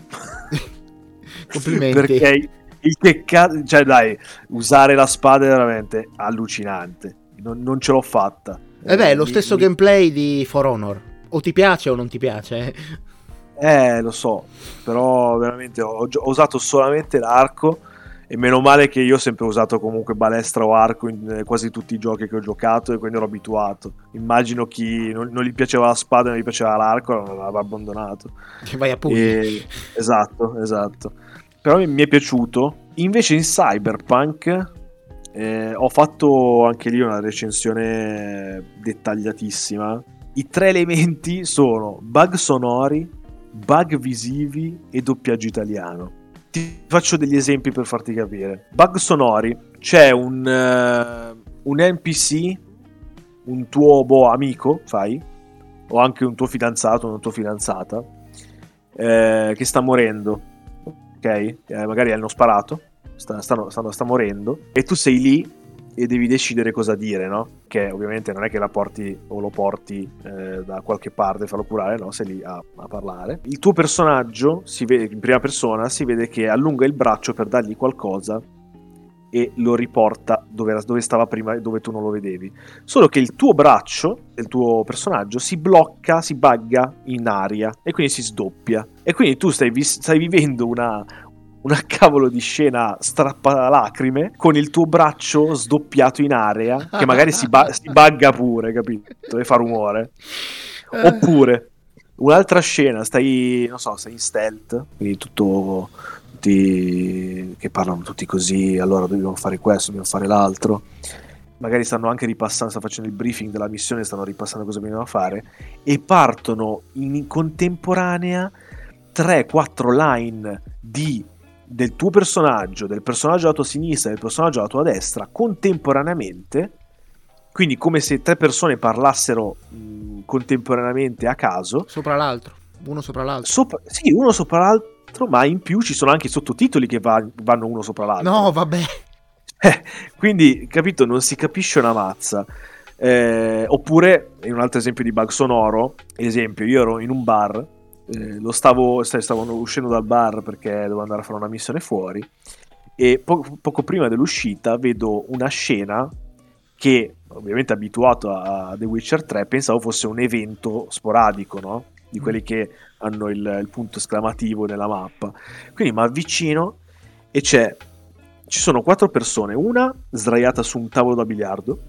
Complimenti. Perché il che cazzo, cioè dai, usare la spada è veramente allucinante. Non, non ce l'ho fatta. E eh beh, eh, lo mi, stesso mi... gameplay di For Honor. O ti piace o non ti piace? Eh, lo so, però veramente ho, ho usato solamente l'arco e meno male che io ho sempre usato comunque balestra o arco in quasi tutti i giochi che ho giocato e quindi ero abituato. Immagino chi non, non gli piaceva la spada e non gli piaceva l'arco l'aveva abbandonato. Vai a pugni. E... Esatto, esatto. Però mi, mi è piaciuto. Invece in Cyberpunk eh, ho fatto anche lì una recensione dettagliatissima. I tre elementi sono bug sonori, bug visivi e doppiaggio italiano. Ti faccio degli esempi per farti capire. Bug sonori: c'è un uh, un N P C, un tuo boh, amico, fai, o anche un tuo fidanzato, una tua fidanzata, eh, che sta morendo, ok? Eh, magari hanno sparato, sta, stanno, stanno, sta morendo, e tu sei lì e devi decidere cosa dire, no? Che ovviamente non è che la porti o lo porti eh, da qualche parte e farlo curare, no? Sei lì a, a parlare. Il tuo personaggio, si vede, in prima persona, si vede che allunga il braccio per dargli qualcosa e lo riporta dove, era, dove stava prima e dove tu non lo vedevi. Solo che il tuo braccio del tuo personaggio si blocca, si bugga in aria e quindi si sdoppia. E quindi tu stai, vi- stai vivendo una, una cavolo di scena strappalacrime con il tuo braccio sdoppiato in aria, che magari si, ba- si bugga pure, capito? E fa rumore. Oppure un'altra scena, stai, non so, stai in stealth, quindi tutto... tutti che parlano tutti così, allora dobbiamo fare questo, dobbiamo fare l'altro, magari stanno anche ripassando, stanno facendo il briefing della missione, stanno ripassando cosa bisogna fare e partono in contemporanea tre quattro line di, del tuo personaggio, del personaggio alla tua sinistra e del personaggio alla tua destra contemporaneamente, quindi come se tre persone parlassero mh, contemporaneamente a caso sopra l'altro, uno sopra l'altro, sopra, sì, uno sopra l'altro, ma in più ci sono anche i sottotitoli che va, vanno uno sopra l'altro. No, vabbè. Eh, quindi, capito, non si capisce una mazza. Eh, oppure, in un altro esempio di bug sonoro, esempio, io ero in un bar, eh, lo stavo, stavo uscendo dal bar perché dovevo andare a fare una missione fuori, e po- poco prima dell'uscita vedo una scena che, ovviamente abituato a The Witcher tre, pensavo fosse un evento sporadico, no? Di quelli che hanno il, il punto esclamativo nella mappa. Quindi mi avvicino e c'è ci sono quattro persone, una sdraiata su un tavolo da biliardo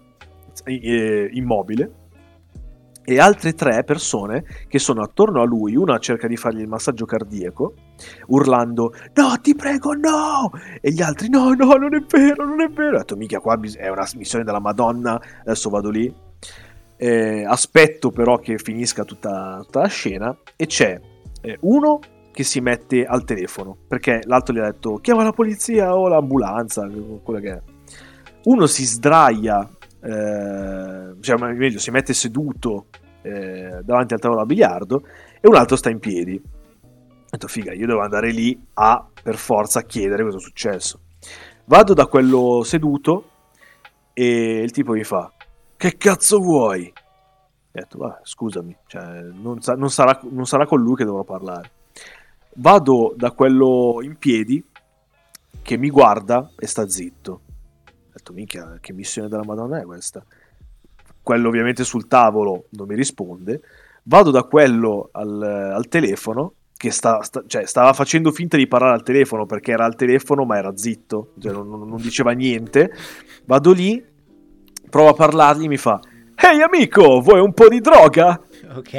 eh, immobile e altre tre persone che sono attorno a lui. Una cerca di fargli il massaggio cardiaco urlando no ti prego no, e gli altri no no non è vero non è vero. Ho detto mica, qua è una missione della Madonna, adesso vado lì. Eh, aspetto però che finisca tutta, tutta la scena e c'è eh, uno che si mette al telefono perché l'altro gli ha detto chiama la polizia o l'ambulanza, quello che è. Uno si sdraia, eh, cioè meglio si mette seduto eh, davanti al tavolo da biliardo e un altro sta in piedi. Ho detto figa, io devo andare lì a per forza chiedere cosa è successo. Vado da quello seduto e il tipo mi fa che cazzo vuoi? Ho detto, ah, scusami, cioè, non, sa- non, sarà, non sarà con lui che dovrò parlare. Vado da quello in piedi che mi guarda e sta zitto. Ho detto, minchia, che missione della Madonna è questa? Quello ovviamente sul tavolo non mi risponde. Vado da quello al, al telefono che sta, sta, cioè, stava facendo finta di parlare al telefono perché era al telefono ma era zitto, cioè, non, non diceva niente. Vado lì, provo a parlargli, mi fa ehi amico, vuoi un po' di droga? Ok,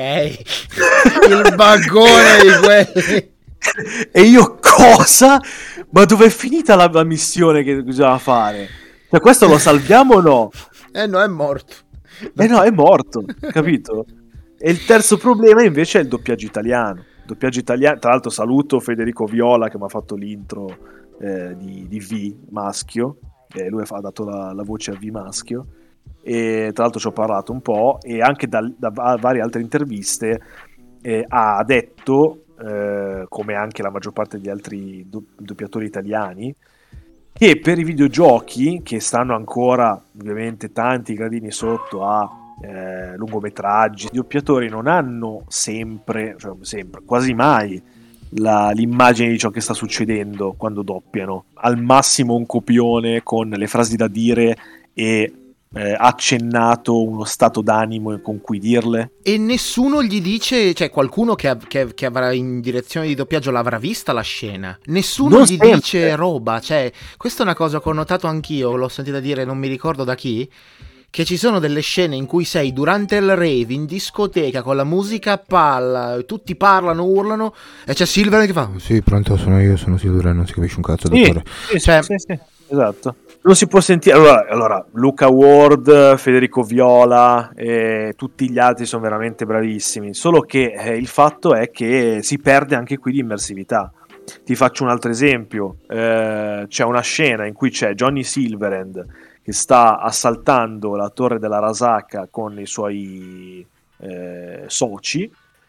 il baggone di quelli. E io cosa? Ma dov'è finita la, la missione che bisognava fare? Cioè questo lo salviamo o no? Eh no, è morto. Eh no, è morto, capito? E il terzo problema invece è il doppiaggio italiano. Doppiaggio italiano, tra l'altro saluto Federico Viola che mi ha fatto l'intro eh, di, di V maschio, eh, lui ha dato la, la voce a V maschio, e tra l'altro ci ho parlato un po' e anche da, da varie altre interviste eh, ha detto, eh, come anche la maggior parte degli altri do- doppiatori italiani, che per i videogiochi che stanno ancora ovviamente tanti gradini sotto a eh, lungometraggi, i doppiatori non hanno sempre, cioè sempre, quasi mai la, l'immagine di ciò che sta succedendo quando doppiano. Al massimo un copione con le frasi da dire e eh, accennato uno stato d'animo con cui dirle. E nessuno gli dice, cioè qualcuno che, che, che avrà in direzione di doppiaggio l'avrà vista la scena, nessuno Non gli sempre. dice roba, cioè questa è una cosa che ho notato anch'io, l'ho sentita dire non mi ricordo da chi, che ci sono delle scene in cui sei durante il rave in discoteca con la musica a palla, tutti parlano, urlano e c'è Silver che fa sì pronto sono io, sono Silver, non si capisce un cazzo dottore. Sì, cioè, sì, sì, esatto. Non si può sentire. Allora, allora Luca Ward, Federico Viola e tutti gli altri sono veramente bravissimi. Solo che eh, il fatto è che si perde anche qui di immersività. Ti faccio un altro esempio. Eh, c'è una scena in cui c'è Johnny Silverhand che sta assaltando la torre della Rasaka con i suoi eh, soci.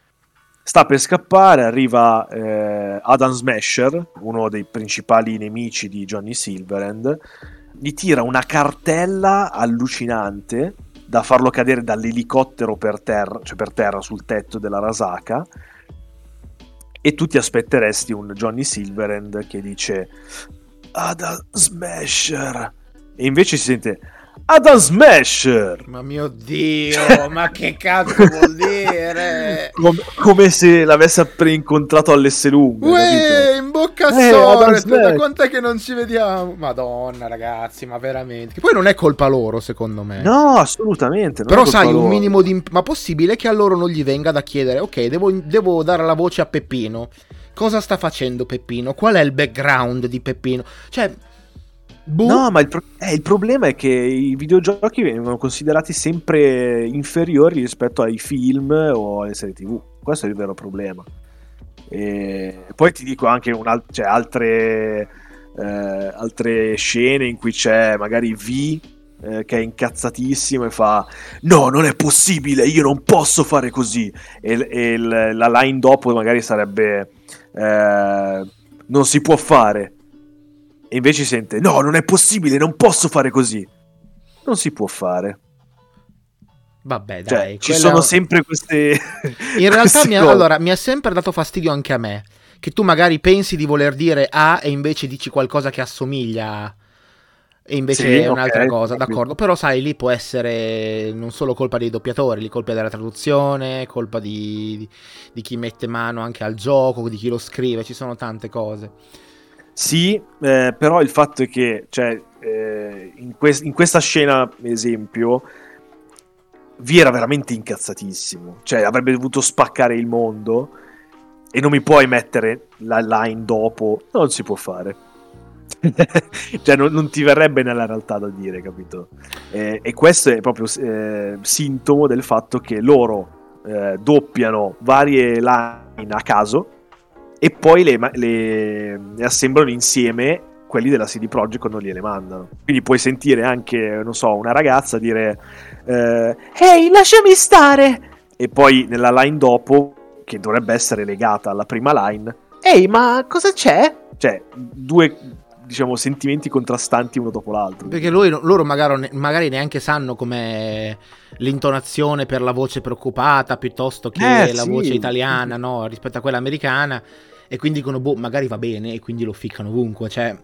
Sta per scappare, arriva eh, Adam Smasher, uno dei principali nemici di Johnny Silverhand, gli tira una cartella allucinante da farlo cadere dall'elicottero per terra, cioè per terra sul tetto della Rasaka, e tu ti aspetteresti un Johnny Silverhand che dice Adam Smasher, e invece si sente Adam Smasher. Ma mio Dio, ma che cazzo vuol dire? Come, come se l'avesse appena incontrato all'Esselunga. Uè, in bocca al Eh, sole, Adam da quant'è che non ci vediamo? Madonna ragazzi, ma veramente. Che poi non è colpa loro, secondo me. No, assolutamente. Non Però è colpa sai, un loro. minimo di... Ma possibile che a loro non gli venga da chiedere, ok, devo, devo dare la voce a Peppino. Cosa sta facendo Peppino? Qual è il background di Peppino? Cioè... Boh. No, ma il, pro- eh, il problema è che i videogiochi vengono considerati sempre inferiori rispetto ai film o alle serie tivù. Questo è il vero problema. E poi ti dico anche un al- cioè, altre, eh, altre scene in cui c'è magari V eh, che è incazzatissimo e fa no, non è possibile, io non posso fare così. E, e il- la line dopo magari sarebbe eh, non si può fare. E invece sente no, non è possibile, non posso fare così. Non si può fare. Vabbè, dai, Cioè, ci quella- sono sempre queste In realtà queste mi ha, cose. allora, mi ha sempre dato fastidio anche a me. Che tu magari pensi di voler dire A e invece dici qualcosa che assomiglia a. E invece Sì, è un'altra ok, cosa, capito. d'accordo? Però sai, lì può essere non solo colpa dei doppiatori, lì colpa della traduzione, colpa di, di, di chi mette mano anche al gioco, di chi lo scrive, ci sono tante cose. Sì, eh, però il fatto è che, cioè, eh, in, que- in questa scena, esempio, Vi era veramente incazzatissimo. Cioè, avrebbe dovuto spaccare il mondo e non mi puoi mettere la line dopo. Non si può fare. Cioè, non, non ti verrebbe nella realtà da dire, capito? Eh, e questo è proprio eh, sintomo del fatto che loro eh, doppiano varie line a caso e poi le, le, le assemblano insieme quelli della C D Projekt quando gliele mandano. Quindi puoi sentire anche, non so, una ragazza dire eh, ehi, lasciami stare! E poi nella line dopo, che dovrebbe essere legata alla prima line, ehi, ma cosa c'è? Cioè, due, diciamo, sentimenti contrastanti uno dopo l'altro. Perché loro, loro magari, magari neanche sanno com'è l'intonazione per la voce preoccupata piuttosto che Eh, la sì. voce italiana, no, rispetto a quella americana, e quindi dicono, boh, magari va bene, e quindi lo ficcano ovunque, cioè...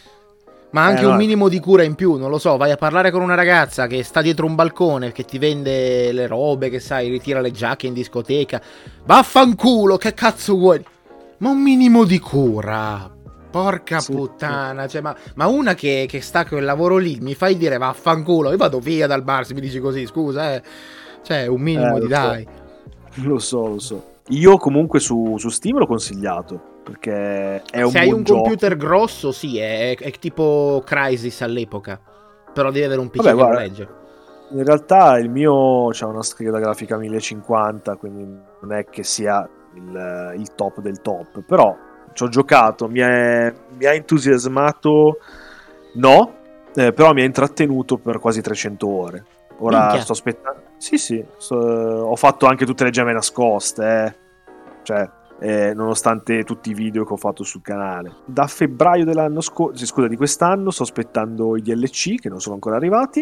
Ma anche Eh, no. un minimo di cura in più, non lo so, vai a parlare con una ragazza che sta dietro un balcone, che ti vende le robe, che sai, ritira le giacche in discoteca, vaffanculo, che cazzo vuoi? Ma un minimo di cura... Porca Sì, puttana, cioè, ma, ma una che, che sta quel lavoro lì mi fai dire vaffanculo, io vado via dal bar se mi dici così, scusa, eh. Cioè, un minimo Eh, di lo so. dai. Lo so, lo so. Io comunque su, su Steam l'ho consigliato, perché è un Se hai buon un gioco. computer grosso, sì, è, è tipo Crysis all'epoca, però devi avere un P C Vabbè, che lo guarda, legge. in realtà il mio c'ha una scheda grafica mille cinquanta, quindi non è che sia il, il top del top, però ci ho giocato, mi, è, mi ha entusiasmato, no, eh, però mi ha intrattenuto per quasi trecento ore. Ora Minchia. sto aspettando. Sì, sì, sto- ho fatto anche tutte le gemme nascoste, eh. Cioè, eh, nonostante tutti i video che ho fatto sul canale. Da febbraio dell'anno scorso, scusa, di quest'anno, sto aspettando i D L C che non sono ancora arrivati.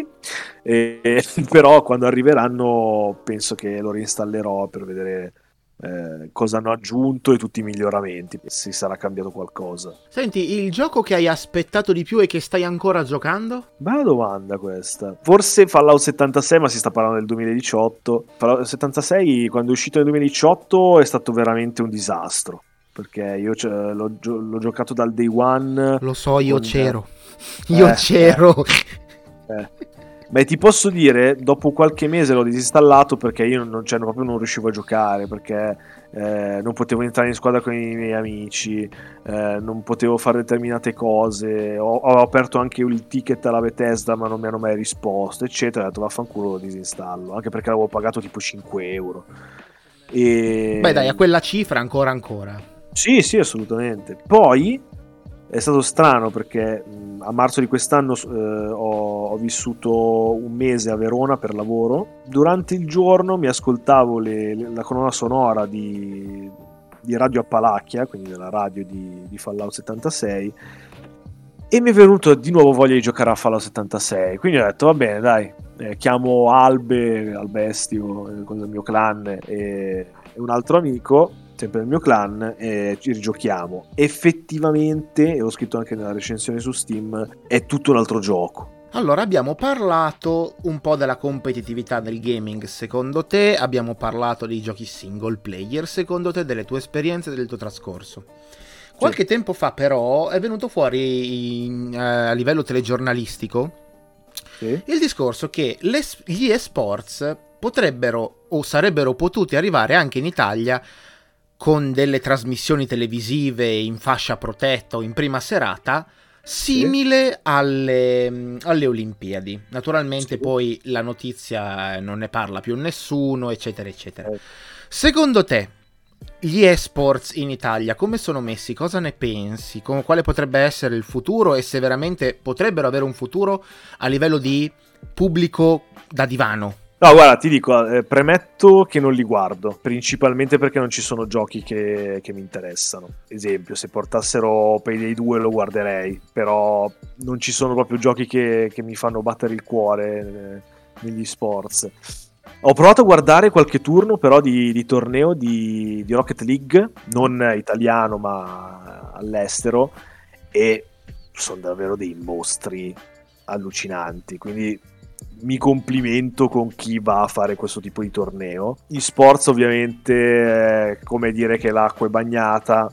E, però quando arriveranno penso che lo reinstallerò per vedere eh, cosa hanno aggiunto e tutti i miglioramenti, se sarà cambiato qualcosa. Senti, il gioco che hai aspettato di più e che stai ancora giocando? Bella domanda questa. Forse Fallout settantasei, ma si sta parlando del duemiladiciotto. Fallout settantasei, quando è uscito nel duemiladiciotto, è stato veramente un disastro. Perché io ce- l'ho, gio- l'ho giocato dal day one. Lo so, io con- c'ero. Io Eh, c'ero. Eh. Beh, ti posso dire, dopo qualche mese l'ho disinstallato perché io non, cioè, proprio non riuscivo a giocare, perché eh, non potevo entrare in squadra con i miei amici, eh, non potevo fare determinate cose, ho, ho aperto anche il ticket alla Bethesda ma non mi hanno mai risposto, eccetera, ho detto vaffanculo, lo disinstallo, anche perché l'avevo pagato tipo cinque euro. E... Beh, dai, a quella cifra ancora ancora. Sì, sì, assolutamente. Poi è stato strano perché mh, a marzo di quest'anno eh, ho, ho vissuto un mese a Verona per lavoro. Durante il giorno mi ascoltavo le- le- la colonna sonora di, di Radio Appalachia, quindi della radio di, di Fallout settantasei, e mi è venuto di nuovo voglia di giocare a Fallout settantasei. Quindi ho detto va bene, dai, eh, chiamo Albe, Albestio, eh, con il mio clan e, e un altro amico. sempre nel mio clan, e ci rigiochiamo. Effettivamente, e ho scritto anche nella recensione su Steam, è tutto un altro gioco. Allora, abbiamo parlato un po' della competitività del gaming, secondo te, abbiamo parlato dei giochi single player, secondo te, delle tue esperienze e del tuo trascorso. Qualche sì. tempo fa però è venuto fuori in, uh, a livello telegiornalistico sì. il discorso che le, gli esports potrebbero o sarebbero potuti arrivare anche in Italia con delle trasmissioni televisive in fascia protetta o in prima serata, simile sì. alle, alle Olimpiadi. Naturalmente sì. poi la notizia non ne parla più nessuno, eccetera, eccetera. Eh. Secondo te, gli esports in Italia come sono messi? Cosa ne pensi? Come, quale potrebbe essere il futuro e se veramente potrebbero avere un futuro a livello di pubblico da divano? No, guarda, ti dico, eh, premetto che non li guardo, principalmente perché non ci sono giochi che, che mi interessano. Esempio, se portassero Payday due lo guarderei, però non ci sono proprio giochi che, che mi fanno battere il cuore eh, negli sports. Ho provato a guardare qualche turno però di, di torneo di, di Rocket League, non italiano ma all'estero, e sono davvero dei mostri allucinanti, quindi mi complimento con chi va a fare questo tipo di torneo. Gli sports ovviamente, eh, come dire che l'acqua è bagnata,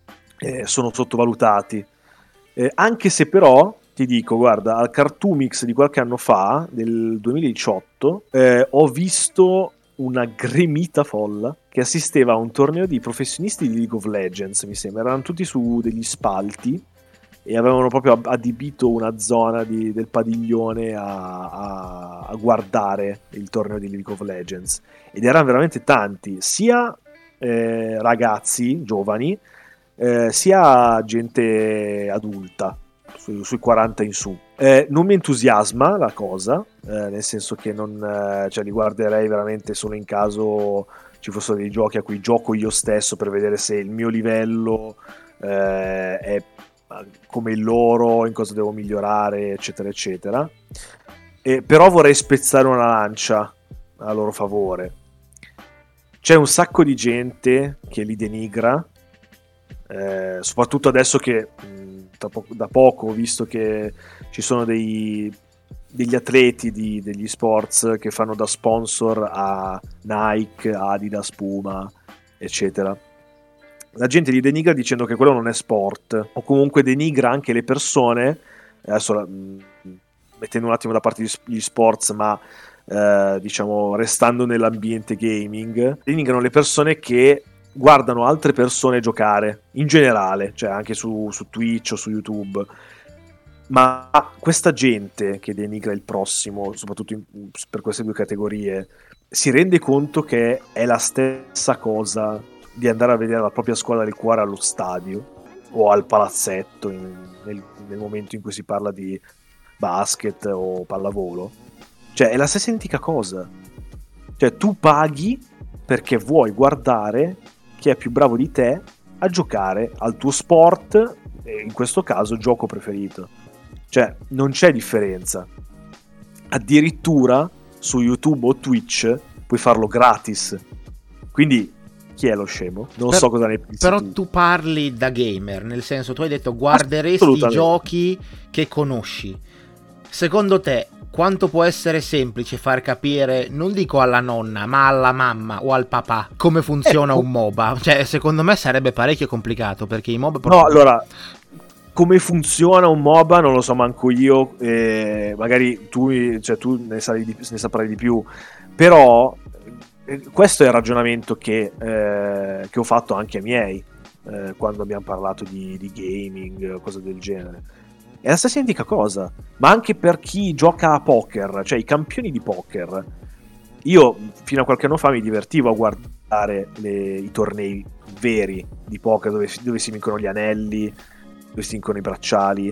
eh, sono sottovalutati, eh, anche se però ti dico, guarda, al Cartoomix di qualche anno fa, del duemiladiciotto, eh, ho visto una gremita folla che assisteva a un torneo di professionisti di League of Legends, mi sembra, erano tutti su degli spalti e avevano proprio adibito una zona di, del padiglione a, a, a guardare il torneo di League of Legends, ed erano veramente tanti, sia eh, ragazzi giovani, eh, sia gente adulta, su, sui quaranta in su. Eh, non mi entusiasma la cosa, eh, nel senso che non, eh, cioè, li guarderei veramente solo in caso ci fossero dei giochi a cui gioco io stesso per vedere se il mio livello eh, è come il loro, in cosa devo migliorare, eccetera eccetera. E però vorrei spezzare una lancia a loro favore. C'è un sacco di gente che li denigra, eh, soprattutto adesso che mh, da, po- da poco ho visto che ci sono dei, degli atleti di, degli sports che fanno da sponsor a Nike, Adidas, Puma, eccetera. La gente li denigra dicendo che quello non è sport, o comunque denigra anche le persone, adesso mettendo un attimo da parte gli sports, ma eh, diciamo restando nell'ambiente gaming, denigrano le persone che guardano altre persone giocare, in generale, cioè anche su, su Twitch o su YouTube. Ma questa gente che denigra il prossimo, soprattutto in, per queste due categorie, si rende conto che è la stessa cosa di andare a vedere la propria squadra del cuore allo stadio o al palazzetto in, nel, nel momento in cui si parla di basket o pallavolo. Cioè è la stessa identica cosa, cioè tu paghi perché vuoi guardare chi è più bravo di te a giocare al tuo sport, e in questo caso gioco preferito. Cioè non c'è differenza, addirittura su YouTube o Twitch puoi farlo gratis, quindi chi è lo scemo? Non per, so cosa ne pensi. Però tu. tu parli da gamer, nel senso, tu hai detto guarderesti i giochi che conosci. Secondo te quanto può essere semplice far capire, non dico alla nonna, ma alla mamma o al papà come funziona ecco. un MOBA? Cioè secondo me sarebbe parecchio complicato, perché i MOBA proprio... No, allora, come funziona un MOBA non lo so manco io, eh, magari tu, cioè, tu ne, sai di, ne saprai di più, però questo è il ragionamento che, eh, che ho fatto anche ai miei eh, quando abbiamo parlato di, di gaming, cose del genere. È la stessa identica cosa, ma anche per chi gioca a poker, cioè i campioni di poker. Io fino a qualche anno fa mi divertivo a guardare le, i tornei veri di poker dove, dove si vincono gli anelli, dove si vincono i bracciali.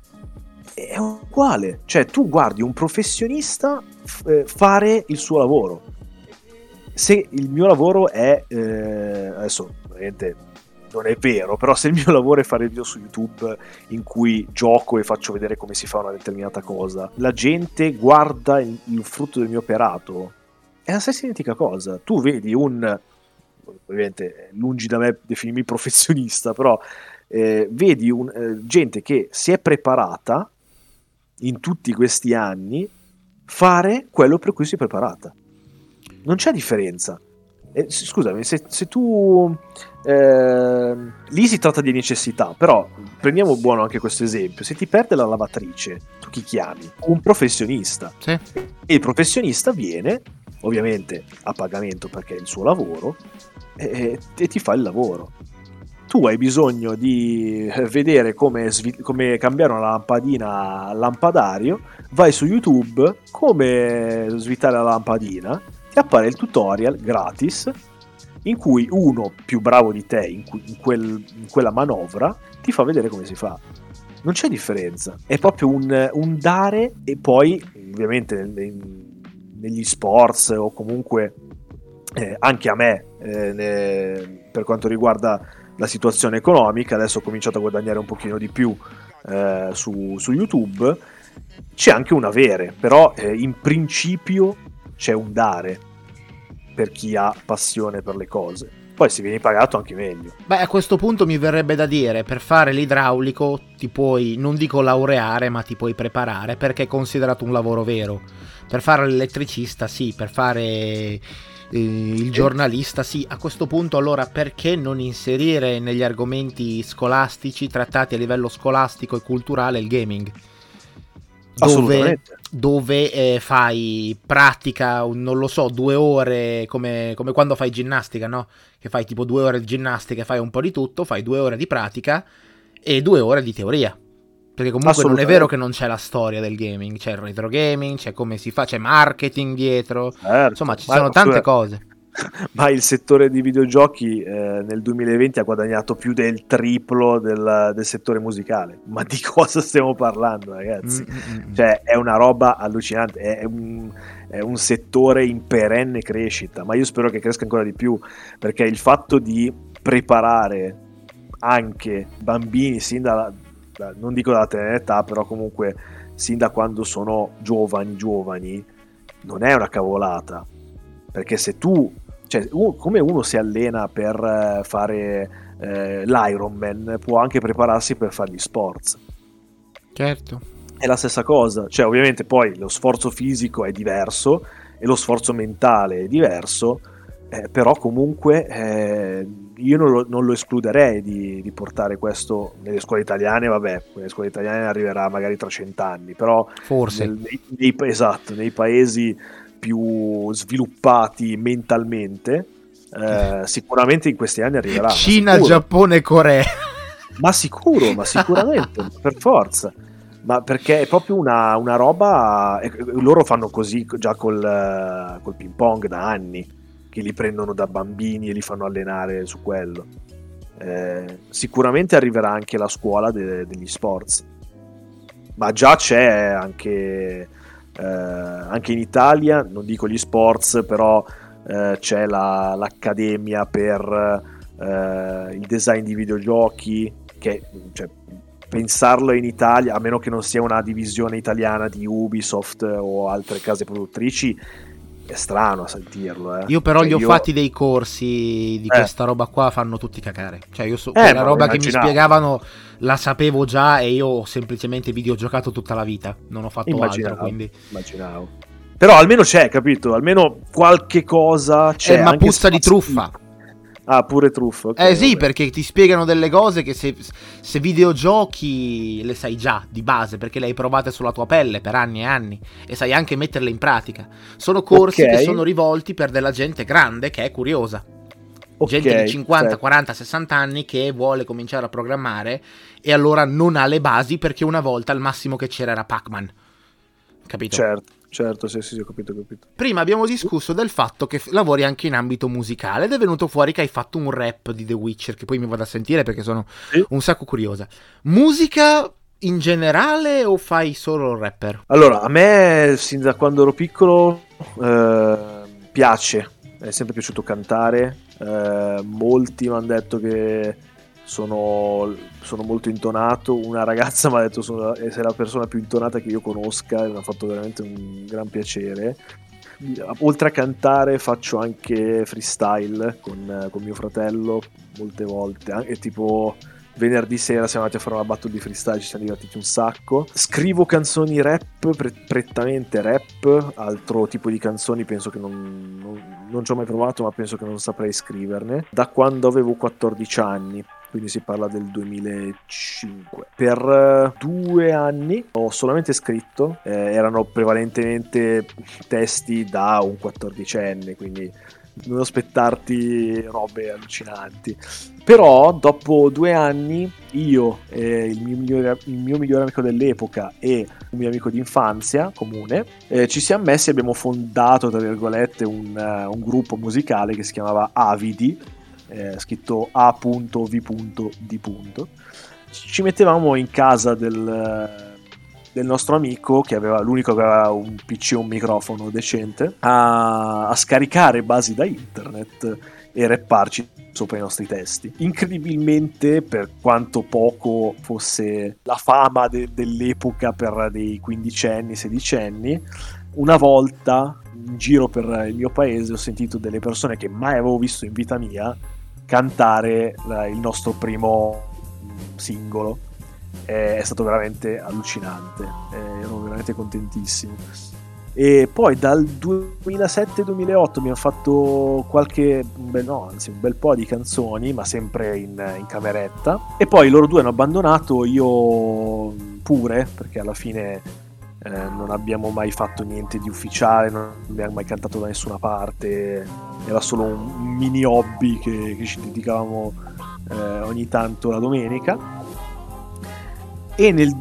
È uguale, cioè tu guardi un professionista f- fare il suo lavoro. Se il mio lavoro è eh, adesso ovviamente non è vero, però se il mio lavoro è fare video su YouTube in cui gioco e faccio vedere come si fa una determinata cosa, la gente guarda il, il frutto del mio operato, è la stessa identica cosa. Tu vedi un ovviamente lungi da me definirmi professionista, però eh, vedi un, eh, gente che si è preparata in tutti questi anni fare quello per cui si è preparata. Non c'è differenza. Eh, scusami, se, se tu eh, lì si tratta di necessità, però prendiamo buono anche questo esempio. Se ti perde la lavatrice, tu chi chiami? Un professionista. Sì. E il professionista viene, ovviamente a pagamento perché è il suo lavoro, e, e ti fa il lavoro. Tu hai bisogno di vedere come, svi- come cambiare una lampadina al lampadario, vai su YouTube, come svitare la lampadina, ti appare il tutorial gratis in cui uno più bravo di te in, cui, in, quel, in quella manovra ti fa vedere come si fa. Non c'è differenza, è proprio un, un dare. E poi ovviamente nel, negli sports o comunque eh, anche a me eh, ne, per quanto riguarda la situazione economica, adesso ho cominciato a guadagnare un pochino di più eh, su, su YouTube, c'è anche un avere, però eh, in principio c'è un dare per chi ha passione per le cose. Poi se vieni pagato anche meglio. Beh, a questo punto mi verrebbe da dire, per fare l'idraulico ti puoi, non dico laureare, ma ti puoi preparare, perché è considerato un lavoro vero. Per fare l'elettricista sì, per fare eh, il giornalista sì. A questo punto allora perché non inserire negli argomenti scolastici trattati a livello scolastico e culturale il gaming? Dove, dove eh, fai pratica, non lo so, due ore come, come quando fai ginnastica, no? Che fai tipo due ore di ginnastica, fai un po' di tutto, fai due ore di pratica e due ore di teoria. Perché comunque non è vero che non c'è la storia del gaming, c'è il retro gaming, c'è come si fa, c'è marketing dietro, certo, insomma ci sono tante cose. Ma il settore di videogiochi eh, nel duemilaventi ha guadagnato più del triplo del, del settore musicale. Ma di cosa stiamo parlando, ragazzi? Mm-hmm. Cioè è una roba allucinante, è un, è un settore in perenne crescita, ma io spero che cresca ancora di più, perché il fatto di preparare anche bambini sin da, da non dico dalla tenera età, però comunque sin da quando sono giovani giovani non è una cavolata, perché se tu cioè, come uno si allena per fare eh, l'Ironman, può anche prepararsi per fare gli sports. Certo. È la stessa cosa. Cioè, ovviamente poi lo sforzo fisico è diverso e lo sforzo mentale è diverso, eh, però comunque eh, io non lo, non lo escluderei di, di portare questo nelle scuole italiane. Vabbè, nelle scuole italiane arriverà magari tra cent'anni, però forse nel, nei, nei, esatto, nei paesi più sviluppati mentalmente eh, sicuramente in questi anni arriverà. Cina, Giappone, Corea. Ma sicuro, ma sicuramente, per forza. Ma perché è proprio una, una roba. Loro fanno così già col, col ping pong da anni, che li prendono da bambini e li fanno allenare su quello. Eh, sicuramente arriverà anche la scuola de, degli sports, ma già c'è anche. Eh, anche in Italia, non dico gli sports, però eh, c'è la, l'accademia per eh, il design di videogiochi, che cioè, pensarlo in Italia, a meno che non sia una divisione italiana di Ubisoft o altre case produttrici, è strano a sentirlo. Eh. Io però cioè, gli ho io... fatti dei corsi di eh. questa roba qua, fanno tutti cacare. Cioè io so, eh, quella roba che mi immaginavo. spiegavano la sapevo già e io ho semplicemente videogiocato tutta la vita, non ho fatto immaginavo, altro, quindi immaginavo. Però almeno c'è, capito? Almeno qualche cosa c'è. Eh, ma anche puzza di truffa. Ah, pure truffa. Okay, eh sì, vabbè. Perché ti spiegano delle cose che se, se videogiochi le sai già di base, perché le hai provate sulla tua pelle per anni e anni e sai anche metterle in pratica. Sono corsi okay. che sono rivolti per della gente grande che è curiosa. Okay, gente di cinquanta, certo. quaranta, sessanta anni che vuole cominciare a programmare e allora non ha le basi, perché una volta il massimo che c'era era Pac-Man. Capito? Certo. Certo, sì, sì, ho capito, ho capito. Prima abbiamo discusso del fatto che lavori anche in ambito musicale ed è venuto fuori che hai fatto un rap di The Witcher, che poi mi vado a sentire perché sono sì. un sacco curiosa. Musica in generale o fai solo il rapper? Allora, a me, sin da quando ero piccolo, eh, piace, è sempre piaciuto cantare. Eh, molti mi hanno detto che sono, sono molto intonato. Una ragazza mi ha detto che sei la persona più intonata che io conosca e mi ha fatto veramente un gran piacere. oltre a cantare faccio anche freestyle con, con mio fratello molte volte, anche tipo venerdì sera siamo andati a fare una battle di freestyle, ci siamo divertiti un sacco. Scrivo canzoni rap, pre- prettamente rap, altro tipo di canzoni penso che non, non, non ci ho mai provato, ma penso che non saprei scriverne, da quando avevo quattordici anni, quindi si parla del duemilacinque. Per uh, due anni ho solamente scritto, eh, erano prevalentemente testi da un quattordicenne, quindi non aspettarti robe allucinanti. Però dopo due anni io, eh, il, mio migliore, il mio migliore amico dell'epoca e un mio amico d'infanzia comune, eh, ci siamo messi e abbiamo fondato, tra virgolette, un, uh, un gruppo musicale che si chiamava Avidi, eh, scritto A V D. Ci mettevamo in casa del... del nostro amico, che aveva l'unico che aveva un P C e un microfono decente, a, a scaricare basi da internet e rapparci sopra i nostri testi. Incredibilmente, per quanto poco fosse la fama de- dell'epoca per dei quindicenni, sedicenni, una volta in giro per il mio paese ho sentito delle persone che mai avevo visto in vita mia cantare la, il nostro primo singolo. È stato veramente allucinante, eh, ero veramente contentissimo. E poi dal duemilasette duemilaotto abbiamo fatto qualche beh no, anzi un bel po' di canzoni, ma sempre in, in cameretta, e poi loro due hanno abbandonato, io pure, perché alla fine eh, non abbiamo mai fatto niente di ufficiale, non abbiamo mai cantato da nessuna parte, era solo un, un mini hobby che, che ci dedicavamo eh, ogni tanto la domenica. E nel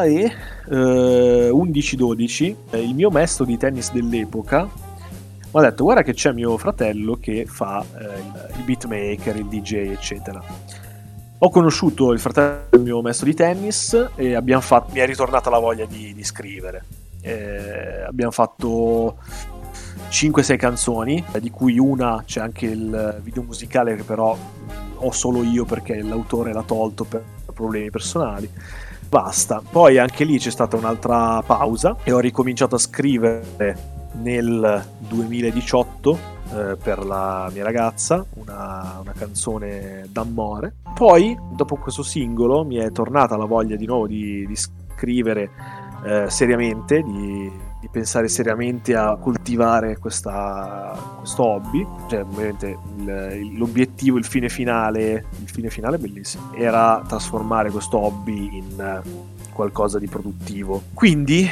duemilaundici dodici eh, il mio maestro di tennis dell'epoca mi ha detto: guarda che c'è mio fratello che fa eh, il, il beatmaker, il D J, eccetera. Ho conosciuto il fratello del mio maestro di tennis e abbiamo fatto, mi è ritornata la voglia di, di scrivere. Eh, abbiamo fatto cinque sei canzoni, di cui una c'è anche il video musicale che però ho solo io perché l'autore l'ha tolto per problemi personali. Basta. Poi anche lì c'è stata un'altra pausa e ho ricominciato a scrivere nel duemiladiciotto eh, per la mia ragazza una, una canzone d'amore. Poi dopo questo singolo mi è tornata la voglia di nuovo di, di scrivere eh, seriamente, di, di pensare seriamente a coltivare questa, questo hobby. Cioè ovviamente il, l'obiettivo, il fine finale il fine finale bellissimo, era trasformare questo hobby in qualcosa di produttivo. Quindi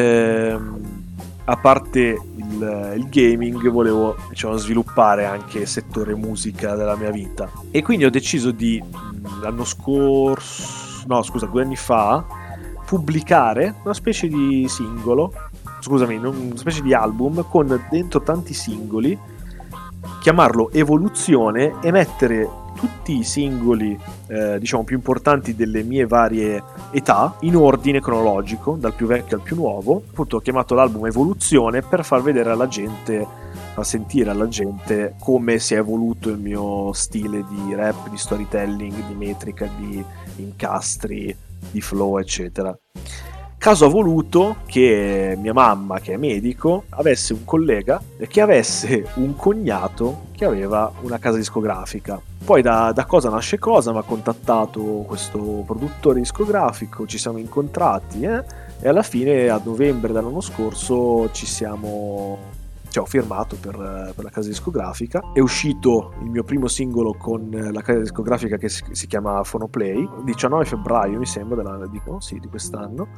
ehm, a parte il, il gaming, volevo, diciamo, sviluppare anche il settore musica della mia vita, e quindi ho deciso di l'anno scorso no scusa due anni fa pubblicare una specie di singolo scusami una specie di album con dentro tanti singoli, chiamarlo Evoluzione e mettere tutti i singoli eh, diciamo più importanti delle mie varie età in ordine cronologico, dal più vecchio al più nuovo. Appunto ho chiamato l'album Evoluzione per far vedere alla gente, far sentire alla gente come si è evoluto il mio stile di rap, di storytelling, di metrica, di incastri, di flow, eccetera. Caso ha voluto che mia mamma, che è medico, avesse un collega e che avesse un cognato che aveva una casa discografica. Poi da, da cosa nasce cosa, mi ha contattato questo produttore discografico, ci siamo incontrati eh, e alla fine a novembre dell'anno scorso ci siamo... cioè ho firmato per, per la casa discografica. È uscito il mio primo singolo con la casa discografica che si, si chiama Phonoplay, diciannove febbraio mi sembra della, dico, sì, di quest'anno,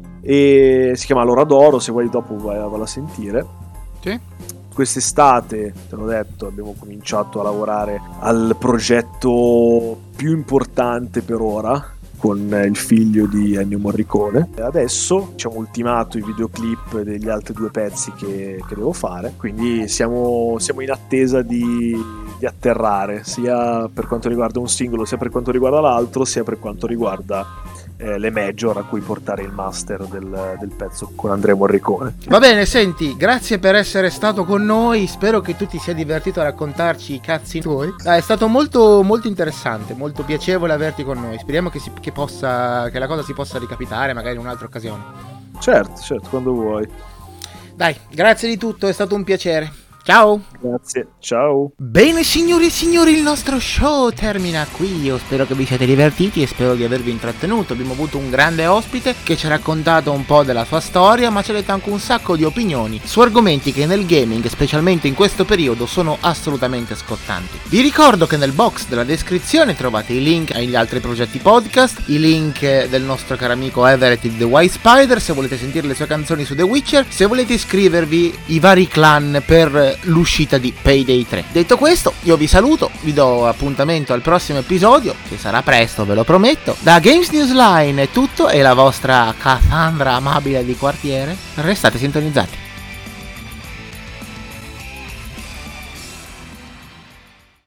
e si chiama L'ora d'oro, se vuoi dopo vai, vai a sentire. Sì. Quest'estate, te l'ho detto, abbiamo cominciato a lavorare al progetto più importante per ora con il figlio di Ennio Morricone. Adesso diciamo ultimato i videoclip degli altri due pezzi che, che devo fare, quindi siamo, siamo in attesa di, di atterrare, sia per quanto riguarda un singolo, sia per quanto riguarda l'altro, sia per quanto riguarda eh, le major a cui portare il master del, del pezzo con Andrea Morricone. Va bene, senti, grazie per essere stato con noi, spero che tu ti sia divertito a raccontarci i cazzi tuoi. Ah, è stato molto molto interessante, molto piacevole averti con noi, speriamo che, si, che, possa, che la cosa si possa ricapitare magari in un'altra occasione. Certo, certo, quando vuoi. Dai, grazie di tutto, è stato un piacere. Ciao! Grazie, ciao! Bene signori e signori, il nostro show termina qui. Io spero che vi siate divertiti e spero di avervi intrattenuto. Abbiamo avuto un grande ospite che ci ha raccontato un po' della sua storia, ma ci ha detto anche un sacco di opinioni su argomenti che nel gaming, specialmente in questo periodo, sono assolutamente scottanti. Vi ricordo che nel box della descrizione trovate i link agli altri progetti podcast, i link del nostro caro amico Everett The White Spider, se volete sentire le sue canzoni su The Witcher, se volete iscrivervi i vari clan per l'uscita di Payday tre. Detto questo, io vi saluto, vi do appuntamento al prossimo episodio, che sarà presto, ve lo prometto. Da Games Newsline è tutto, e la vostra Cassandra amabile di quartiere. Restate sintonizzati.